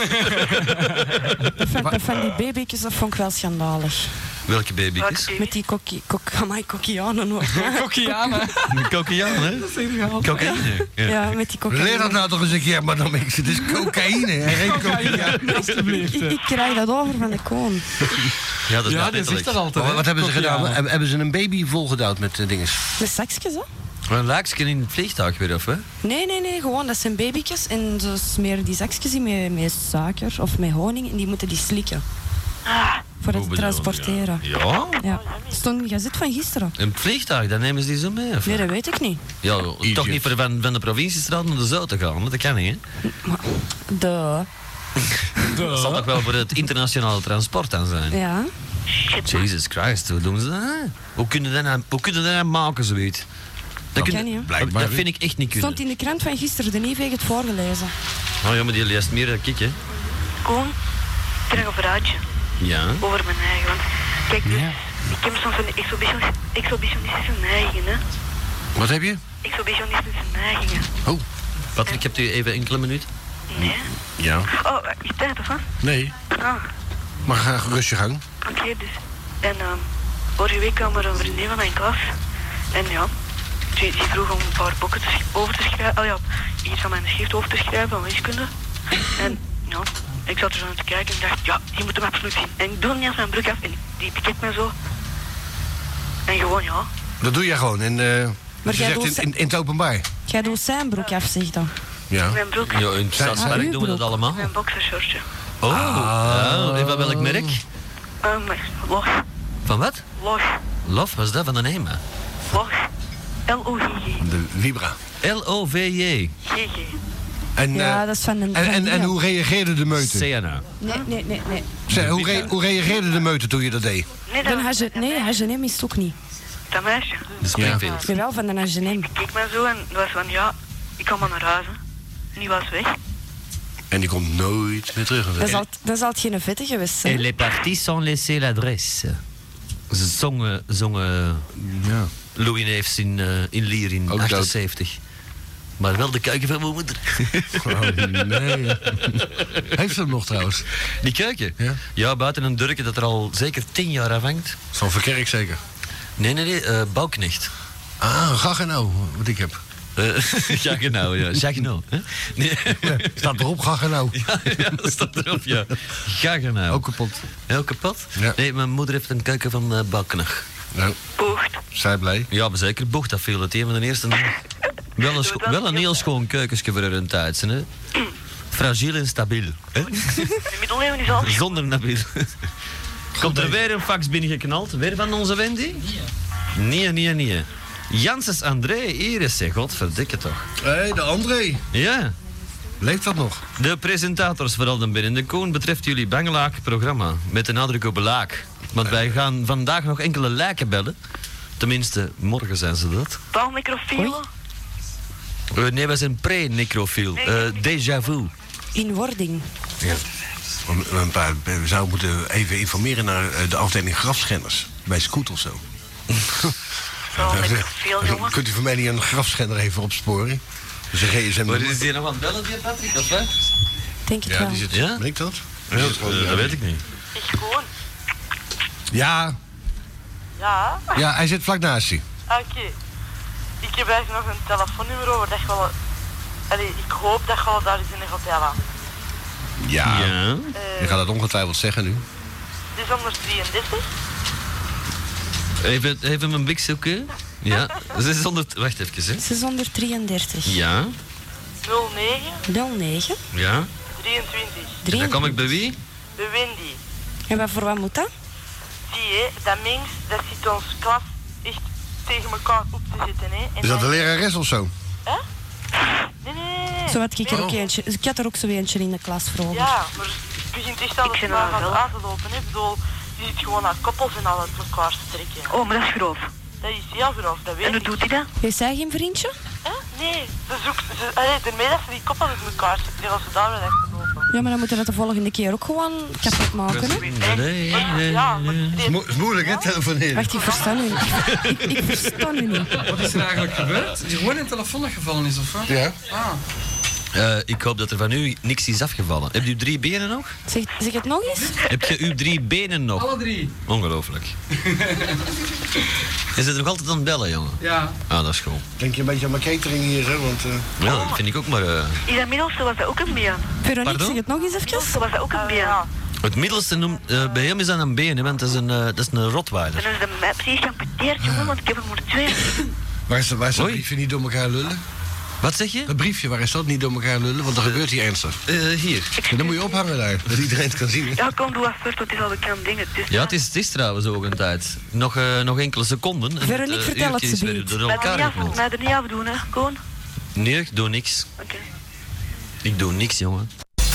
Speaker 10: Dat van, dat van die baby'tjes, dat vond ik wel schandalig.
Speaker 4: Welke baby's?
Speaker 10: Met die kokkie, kok, amai, kokkianen hoor.
Speaker 3: Kokkianen.
Speaker 4: Cocaïne, hè?
Speaker 3: Dat zeg je al.
Speaker 4: Cocaïne. Ja.
Speaker 10: Ja, met die kokkianen.
Speaker 11: Leer dat nou toch eens een keer, maar dan ik het is cocaïne. hè, geen cocaïne.
Speaker 3: Alsjeblieft.
Speaker 10: Ik, ik krijg dat over van de koon.
Speaker 4: Ja, dat is
Speaker 3: Ja,
Speaker 4: wel
Speaker 3: die zegt
Speaker 4: letterlijk.
Speaker 3: dat altijd.
Speaker 11: Maar
Speaker 3: hè?
Speaker 11: wat hebben ze gedaan?
Speaker 3: Kokkianen.
Speaker 11: Hebben, hebben ze een baby volgedouwd met uh, dinges?
Speaker 10: Met zakjes, hè?
Speaker 4: Maar een laaksje in het vliegtuig weer, of hè?
Speaker 10: Nee, nee, nee, gewoon, dat zijn baby'tjes. En ze smeren die zakjes in met, met suiker of met honing en die moeten die slikken.
Speaker 6: Ah,
Speaker 10: Voor het
Speaker 4: Hoe
Speaker 10: te
Speaker 4: bedoel je?
Speaker 10: transporteren.
Speaker 4: Ja?
Speaker 10: Ja. Stond in de gazet van gisteren.
Speaker 4: Een vliegtuig, dan nemen ze die zo mee, of?
Speaker 10: Nee, dat weet ik niet.
Speaker 4: Ja, toch niet voor van, van de provinciestraat naar de Zuid te gaan, dat kan niet, hè?
Speaker 10: De.
Speaker 4: Dat zal toch wel voor het internationale transport dan zijn?
Speaker 10: Ja.
Speaker 4: Jesus Christ, hoe doen ze dat? Hoe kunnen dat nou, hoe kunnen dat nou maken, zoiets? Dat,
Speaker 10: Dat
Speaker 4: kun-
Speaker 10: kan niet, hè?
Speaker 11: Blijkbaar
Speaker 4: dat
Speaker 11: niet.
Speaker 4: vind ik echt niet kunnen.
Speaker 10: Stond in de krant van gisteren, de Nieve heeft het voorgelezen.
Speaker 4: Oh ja, maar die leest meer dan ik, hè?
Speaker 6: Koen, ik krijg een verhaaltje
Speaker 4: Ja.
Speaker 6: over mijn eigen. Want kijk, dus,
Speaker 3: Ja.
Speaker 6: ik heb soms een exhibition, exhibitionistische neigingen, hè.
Speaker 11: Wat heb je?
Speaker 6: Exhibitionistische neigingen.
Speaker 11: Oh,
Speaker 4: Patrick, hebt u even enkele minuut?
Speaker 6: Nee.
Speaker 11: ja.
Speaker 6: Oh, is tijd of wat?
Speaker 11: Nee,
Speaker 6: Ah,
Speaker 11: maar ga gerust je gang.
Speaker 6: oké, dus. En ehm vorige week kwam er een vriendin van mijn klas. En ja, die, die vroeg om een paar boeken te sch- over te schrijven. Oh ja, iets van mijn schrift over te schrijven van wiskunde. En ja, ik zat er zo aan te kijken en dacht, ja, die moet hem absoluut zien. En ik doe niet eens mijn broek af en die bekijkt me zo. En gewoon, ja.
Speaker 11: Dat doe jij gewoon. En, uh,
Speaker 10: Maar
Speaker 11: je
Speaker 10: jij
Speaker 11: zegt
Speaker 10: doet
Speaker 11: in, in, in het openbaar.
Speaker 10: Jij doet zijn broek af, zeg dan.
Speaker 11: Ja.
Speaker 6: Mijn broek,
Speaker 4: Ja, in het
Speaker 11: Zijn-
Speaker 4: stadspark
Speaker 10: uw
Speaker 4: doen we dat
Speaker 10: broek.
Speaker 4: allemaal.
Speaker 6: mijn boxershortje.
Speaker 4: Oh, ja, en van welk merk?
Speaker 6: Um, los,
Speaker 4: Van wat?
Speaker 6: los.
Speaker 4: Lof, was dat van de Hema?
Speaker 6: Wacht. L O G G.
Speaker 11: De Vibra.
Speaker 4: L O V J.
Speaker 6: G G.
Speaker 11: En,
Speaker 10: Ja,
Speaker 11: eh,
Speaker 10: dat is van een...
Speaker 11: en,
Speaker 10: van
Speaker 11: en,
Speaker 10: die,
Speaker 11: en
Speaker 10: ja.
Speaker 11: hoe reageerde de meute?
Speaker 4: C N A.
Speaker 10: Nee, nee, nee, nee.
Speaker 11: Zeg, hoe, re- hoe reageerde de meute toen je dat deed?
Speaker 6: Nee,
Speaker 10: De H G- nee, H G M is het ook niet.
Speaker 6: Dat meisje.
Speaker 4: De Springfield.
Speaker 10: Jawel, van de H G M.
Speaker 6: Keek maar zo en het was van, ja, ik kan maar naar huis. Hè. En die was weg.
Speaker 11: En die komt nooit meer terug.
Speaker 10: Dat is al, dat is al geen vette geweest. hè.
Speaker 4: Et les parties sans laisser l'adresse. Ze zongen, zongen
Speaker 11: Ja.
Speaker 4: Louis Neefs in, uh, in Lier in
Speaker 11: Ook
Speaker 4: achtenzeventig. Maar wel de keuken van mijn moeder.
Speaker 11: Oh, nee. Heeft ze hem nog trouwens?
Speaker 4: Die keuken?
Speaker 11: Ja.
Speaker 4: Ja, buiten een durkje dat er al zeker tien jaar afhangt.
Speaker 11: Van Verkerk zeker?
Speaker 4: Nee, nee, nee, uh, Bouwknecht.
Speaker 11: Ah, Gaggenau, wat ik heb.
Speaker 4: Uh, ja, genau, ja. Jacquenau. hè? Nee.
Speaker 11: Staat erop, Gaggenau.
Speaker 4: Ja, ja, dat staat erop, ja. Gaggenau.
Speaker 11: Ook kapot.
Speaker 4: Heel kapot?
Speaker 11: Ja.
Speaker 4: Nee, mijn moeder heeft een keuken van uh, Bouwknecht.
Speaker 11: Nou,
Speaker 6: Bocht.
Speaker 11: zij blij.
Speaker 4: Ja, maar zeker bocht dat veel. Het een van de eerste. Wel een, scho- wel een heel schoon keukensje voor hun tijd. Hè? Fragiel en stabiel. Hè?
Speaker 6: De middeleeuwen is al.
Speaker 4: Zonder nabiel. Komt er weer een fax binnengeknald? Weer van onze Wendy? Nee, nee, nee. Janssens André, hier is ze. Godverdikke toch.
Speaker 11: Hé, hey, de André.
Speaker 4: Ja.
Speaker 11: Leeft dat nog?
Speaker 4: De presentators, vooral de binnen de Koen, betreft jullie Bangelaak-programma. Met de nadruk op laak. Want wij gaan vandaag nog enkele lijken bellen. Tenminste, morgen zijn ze dat.
Speaker 6: Taalmicrofielen.
Speaker 4: Uh, nee, wij zijn pre-necrofiel. Uh, déjà vu.
Speaker 10: In wording.
Speaker 11: Ja. Een paar, we zouden moeten even informeren naar eh, de afdeling grafschenners. Bij Scoot of zo.
Speaker 6: Taalmicrofiel, jongen.
Speaker 11: Kunt u voor mij niet een grafschenner even opsporen? Dus een gsm.
Speaker 4: Maar is die nog aan het bellen, die Patrick, of wat?
Speaker 10: Denk het
Speaker 11: Ja,
Speaker 10: wel.
Speaker 11: die zit.
Speaker 4: Ja?
Speaker 11: Ben ik dat?
Speaker 4: Ja, uh, dat weet ik niet.
Speaker 6: Ik gewoon.
Speaker 11: Ja,
Speaker 7: Ja,
Speaker 11: ja, hij zit vlak naast je.
Speaker 7: oké. Ik heb eigenlijk nog een telefoonnummer over dat je wel... Allee, ik hoop dat je wel daar eens in gaat bellen.
Speaker 11: Ja.
Speaker 4: Ja.
Speaker 11: Je gaat het ongetwijfeld zeggen nu.
Speaker 7: zeshonderddrieëndertig.
Speaker 4: Even, even mijn blik zoeken. Ja. zeshonderd... Wacht even, hè.
Speaker 10: zeshonderddrieëndertig.
Speaker 4: Ja.
Speaker 7: nul negen
Speaker 10: nul negen.
Speaker 4: Ja.
Speaker 7: drieëntwintig.
Speaker 4: En dan kom ik bij wie?
Speaker 7: De Wendy.
Speaker 10: En wat voor wat moet dat?
Speaker 7: Zie je, dat mens, dat zit ons klas echt tegen elkaar op te zitten, hè. En
Speaker 11: Is dat de
Speaker 7: dan-
Speaker 11: lerares of zo?
Speaker 7: Hè? Nee, nee, nee, nee.
Speaker 10: Zo had ik er
Speaker 11: Oh.
Speaker 10: ook eentje. Ik had er ook zo eentje in de klas vroeger.
Speaker 7: Ja, maar het begint echt alles
Speaker 6: vind
Speaker 7: maar
Speaker 6: dat
Speaker 7: gaan
Speaker 6: wel.
Speaker 7: aan te lopen, hè. Ik bedoel, die zit gewoon aan koppels en al uit elkaar te trekken.
Speaker 6: Oh, maar dat is grof.
Speaker 7: Dat is heel grof, dat weet
Speaker 6: En hoe
Speaker 7: ik.
Speaker 6: doet hij dat?
Speaker 10: Heeft zij geen vriendje?
Speaker 7: Hè? Nee, ze zoekt... Ze, allee, daarmee dat ze die koppels uit elkaar zetten, als ze daar weer echt lopen.
Speaker 10: Ja, maar dan moeten we dat de volgende keer ook gewoon kapot maken, hè?
Speaker 4: Nee, nee,
Speaker 7: Ja, maar
Speaker 4: nee.
Speaker 7: die-
Speaker 11: Mo- is moeilijk, hè, telefoneren.
Speaker 10: Wacht, ik versta u niet. Ik, ik versta u niet.
Speaker 3: Wat is er eigenlijk gebeurd? Is er gewoon een telefoon dat gevallen is, of wat?
Speaker 11: Ja.
Speaker 3: Ah.
Speaker 4: Uh, ik hoop dat er van u niks is afgevallen. Heb je uw drie benen nog?
Speaker 10: Zeg, zeg het nog eens?
Speaker 4: Heb je uw drie benen nog?
Speaker 3: Alle drie.
Speaker 4: Ongelooflijk. Je zit nog altijd aan het bellen, jongen.
Speaker 3: Ja.
Speaker 4: Ah, dat is goed.
Speaker 11: Denk je een beetje aan mijn catering hier, hè? Want, eh,
Speaker 4: Ja, dat vind ik ook maar... uh,
Speaker 6: In dat middelste was dat ook een been.
Speaker 10: Veronique,
Speaker 4: Pardon?
Speaker 10: zeg het nog eens even.
Speaker 6: Middelste was dat ook een been.
Speaker 7: ja.
Speaker 4: het middelste noem, uh, bij hem is dat een been, hè, want dat is een, uh, dat is een rotweiler.
Speaker 6: Dan is de map precies geamputeerd, jongen, want ik heb er maar twee.
Speaker 11: waar is, dat- waar is dat
Speaker 4: Oei.
Speaker 11: briefje niet door elkaar lullen?
Speaker 4: Wat zeg je?
Speaker 11: Dat briefje, waar is dat niet door elkaar lullen? Want dan gebeurt hier ernstig.
Speaker 4: Uh, hier.
Speaker 11: En dan moet je ophangen daar, dat iedereen het kan zien. hè?
Speaker 6: Ja, kom, doe wat voor, want het is al bekend dingen. Dus,
Speaker 4: Ja, het is, het is trouwens ook een tijd. Nog, uh, nog enkele seconden. en
Speaker 10: Veronique,
Speaker 4: uh,
Speaker 10: vertel het
Speaker 4: uurtje is
Speaker 10: ze
Speaker 4: weer
Speaker 10: biedt.
Speaker 4: door
Speaker 6: mij er
Speaker 4: elkaar
Speaker 6: niet af-
Speaker 4: geknald.
Speaker 6: mij er niet afdoen, hè, Koon.
Speaker 4: Nee, ik doe niks.
Speaker 6: Oké.
Speaker 4: Ik doe niks, jongen.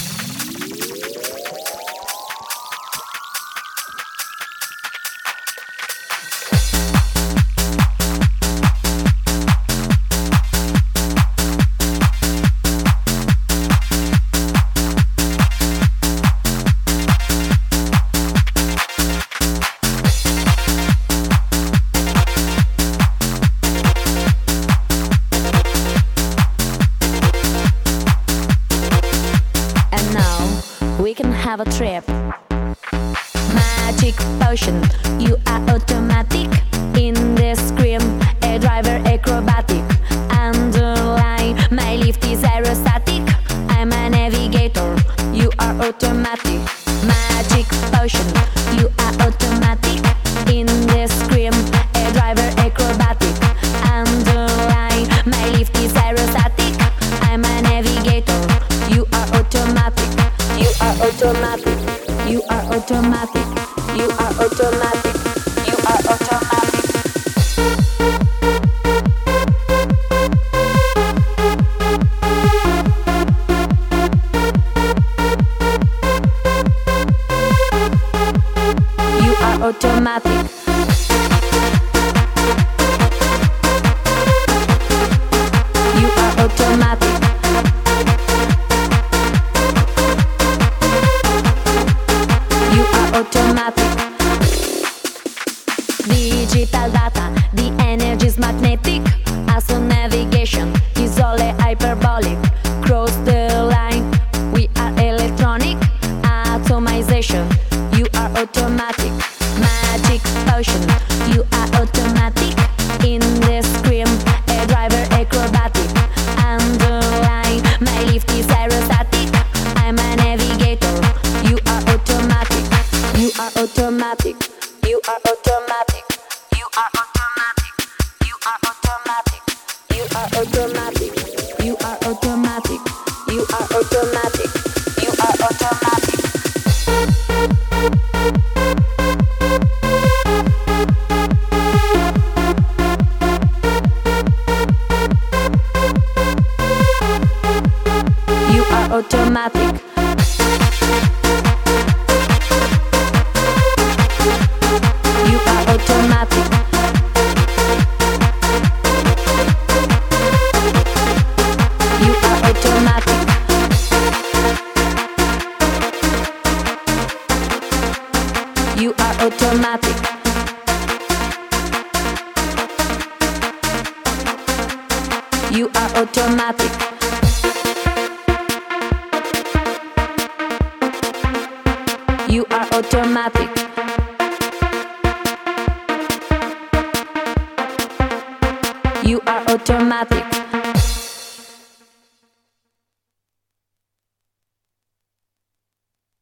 Speaker 12: And now we can have a trip. Magic potion, you are automatic. In the screen, a driver acrobatic. Underline, my lift is aerostatic. I'm a navigator, you are automatic. Magic potion, you are automatic. In the screen, a driver acrobatic. Underline, my lift is aerostatic. I'm a navigator, you are automatic. You are automatic. You are automatic. You are automatic. You are automatic. automatic. You are automatic. You are automatic. Digital data, the energy is magnetic. Asset navigation is all hyperbolic. Cross the line, we are electronic. Atomization, you are automatic. Magic potion, you are automatic. In the scream, a driver acrobatic. Underline, my lift is aerostatic. I'm a navigator, you are automatic. You are automatic. You are automatic. You are automatic. You are automatic. You are automatic. You are automatic. You are automatic. You are automatic. You are automatic. You are automatic. You are automatic. You are automatic. You are automatic. You are automatic. You are automatic.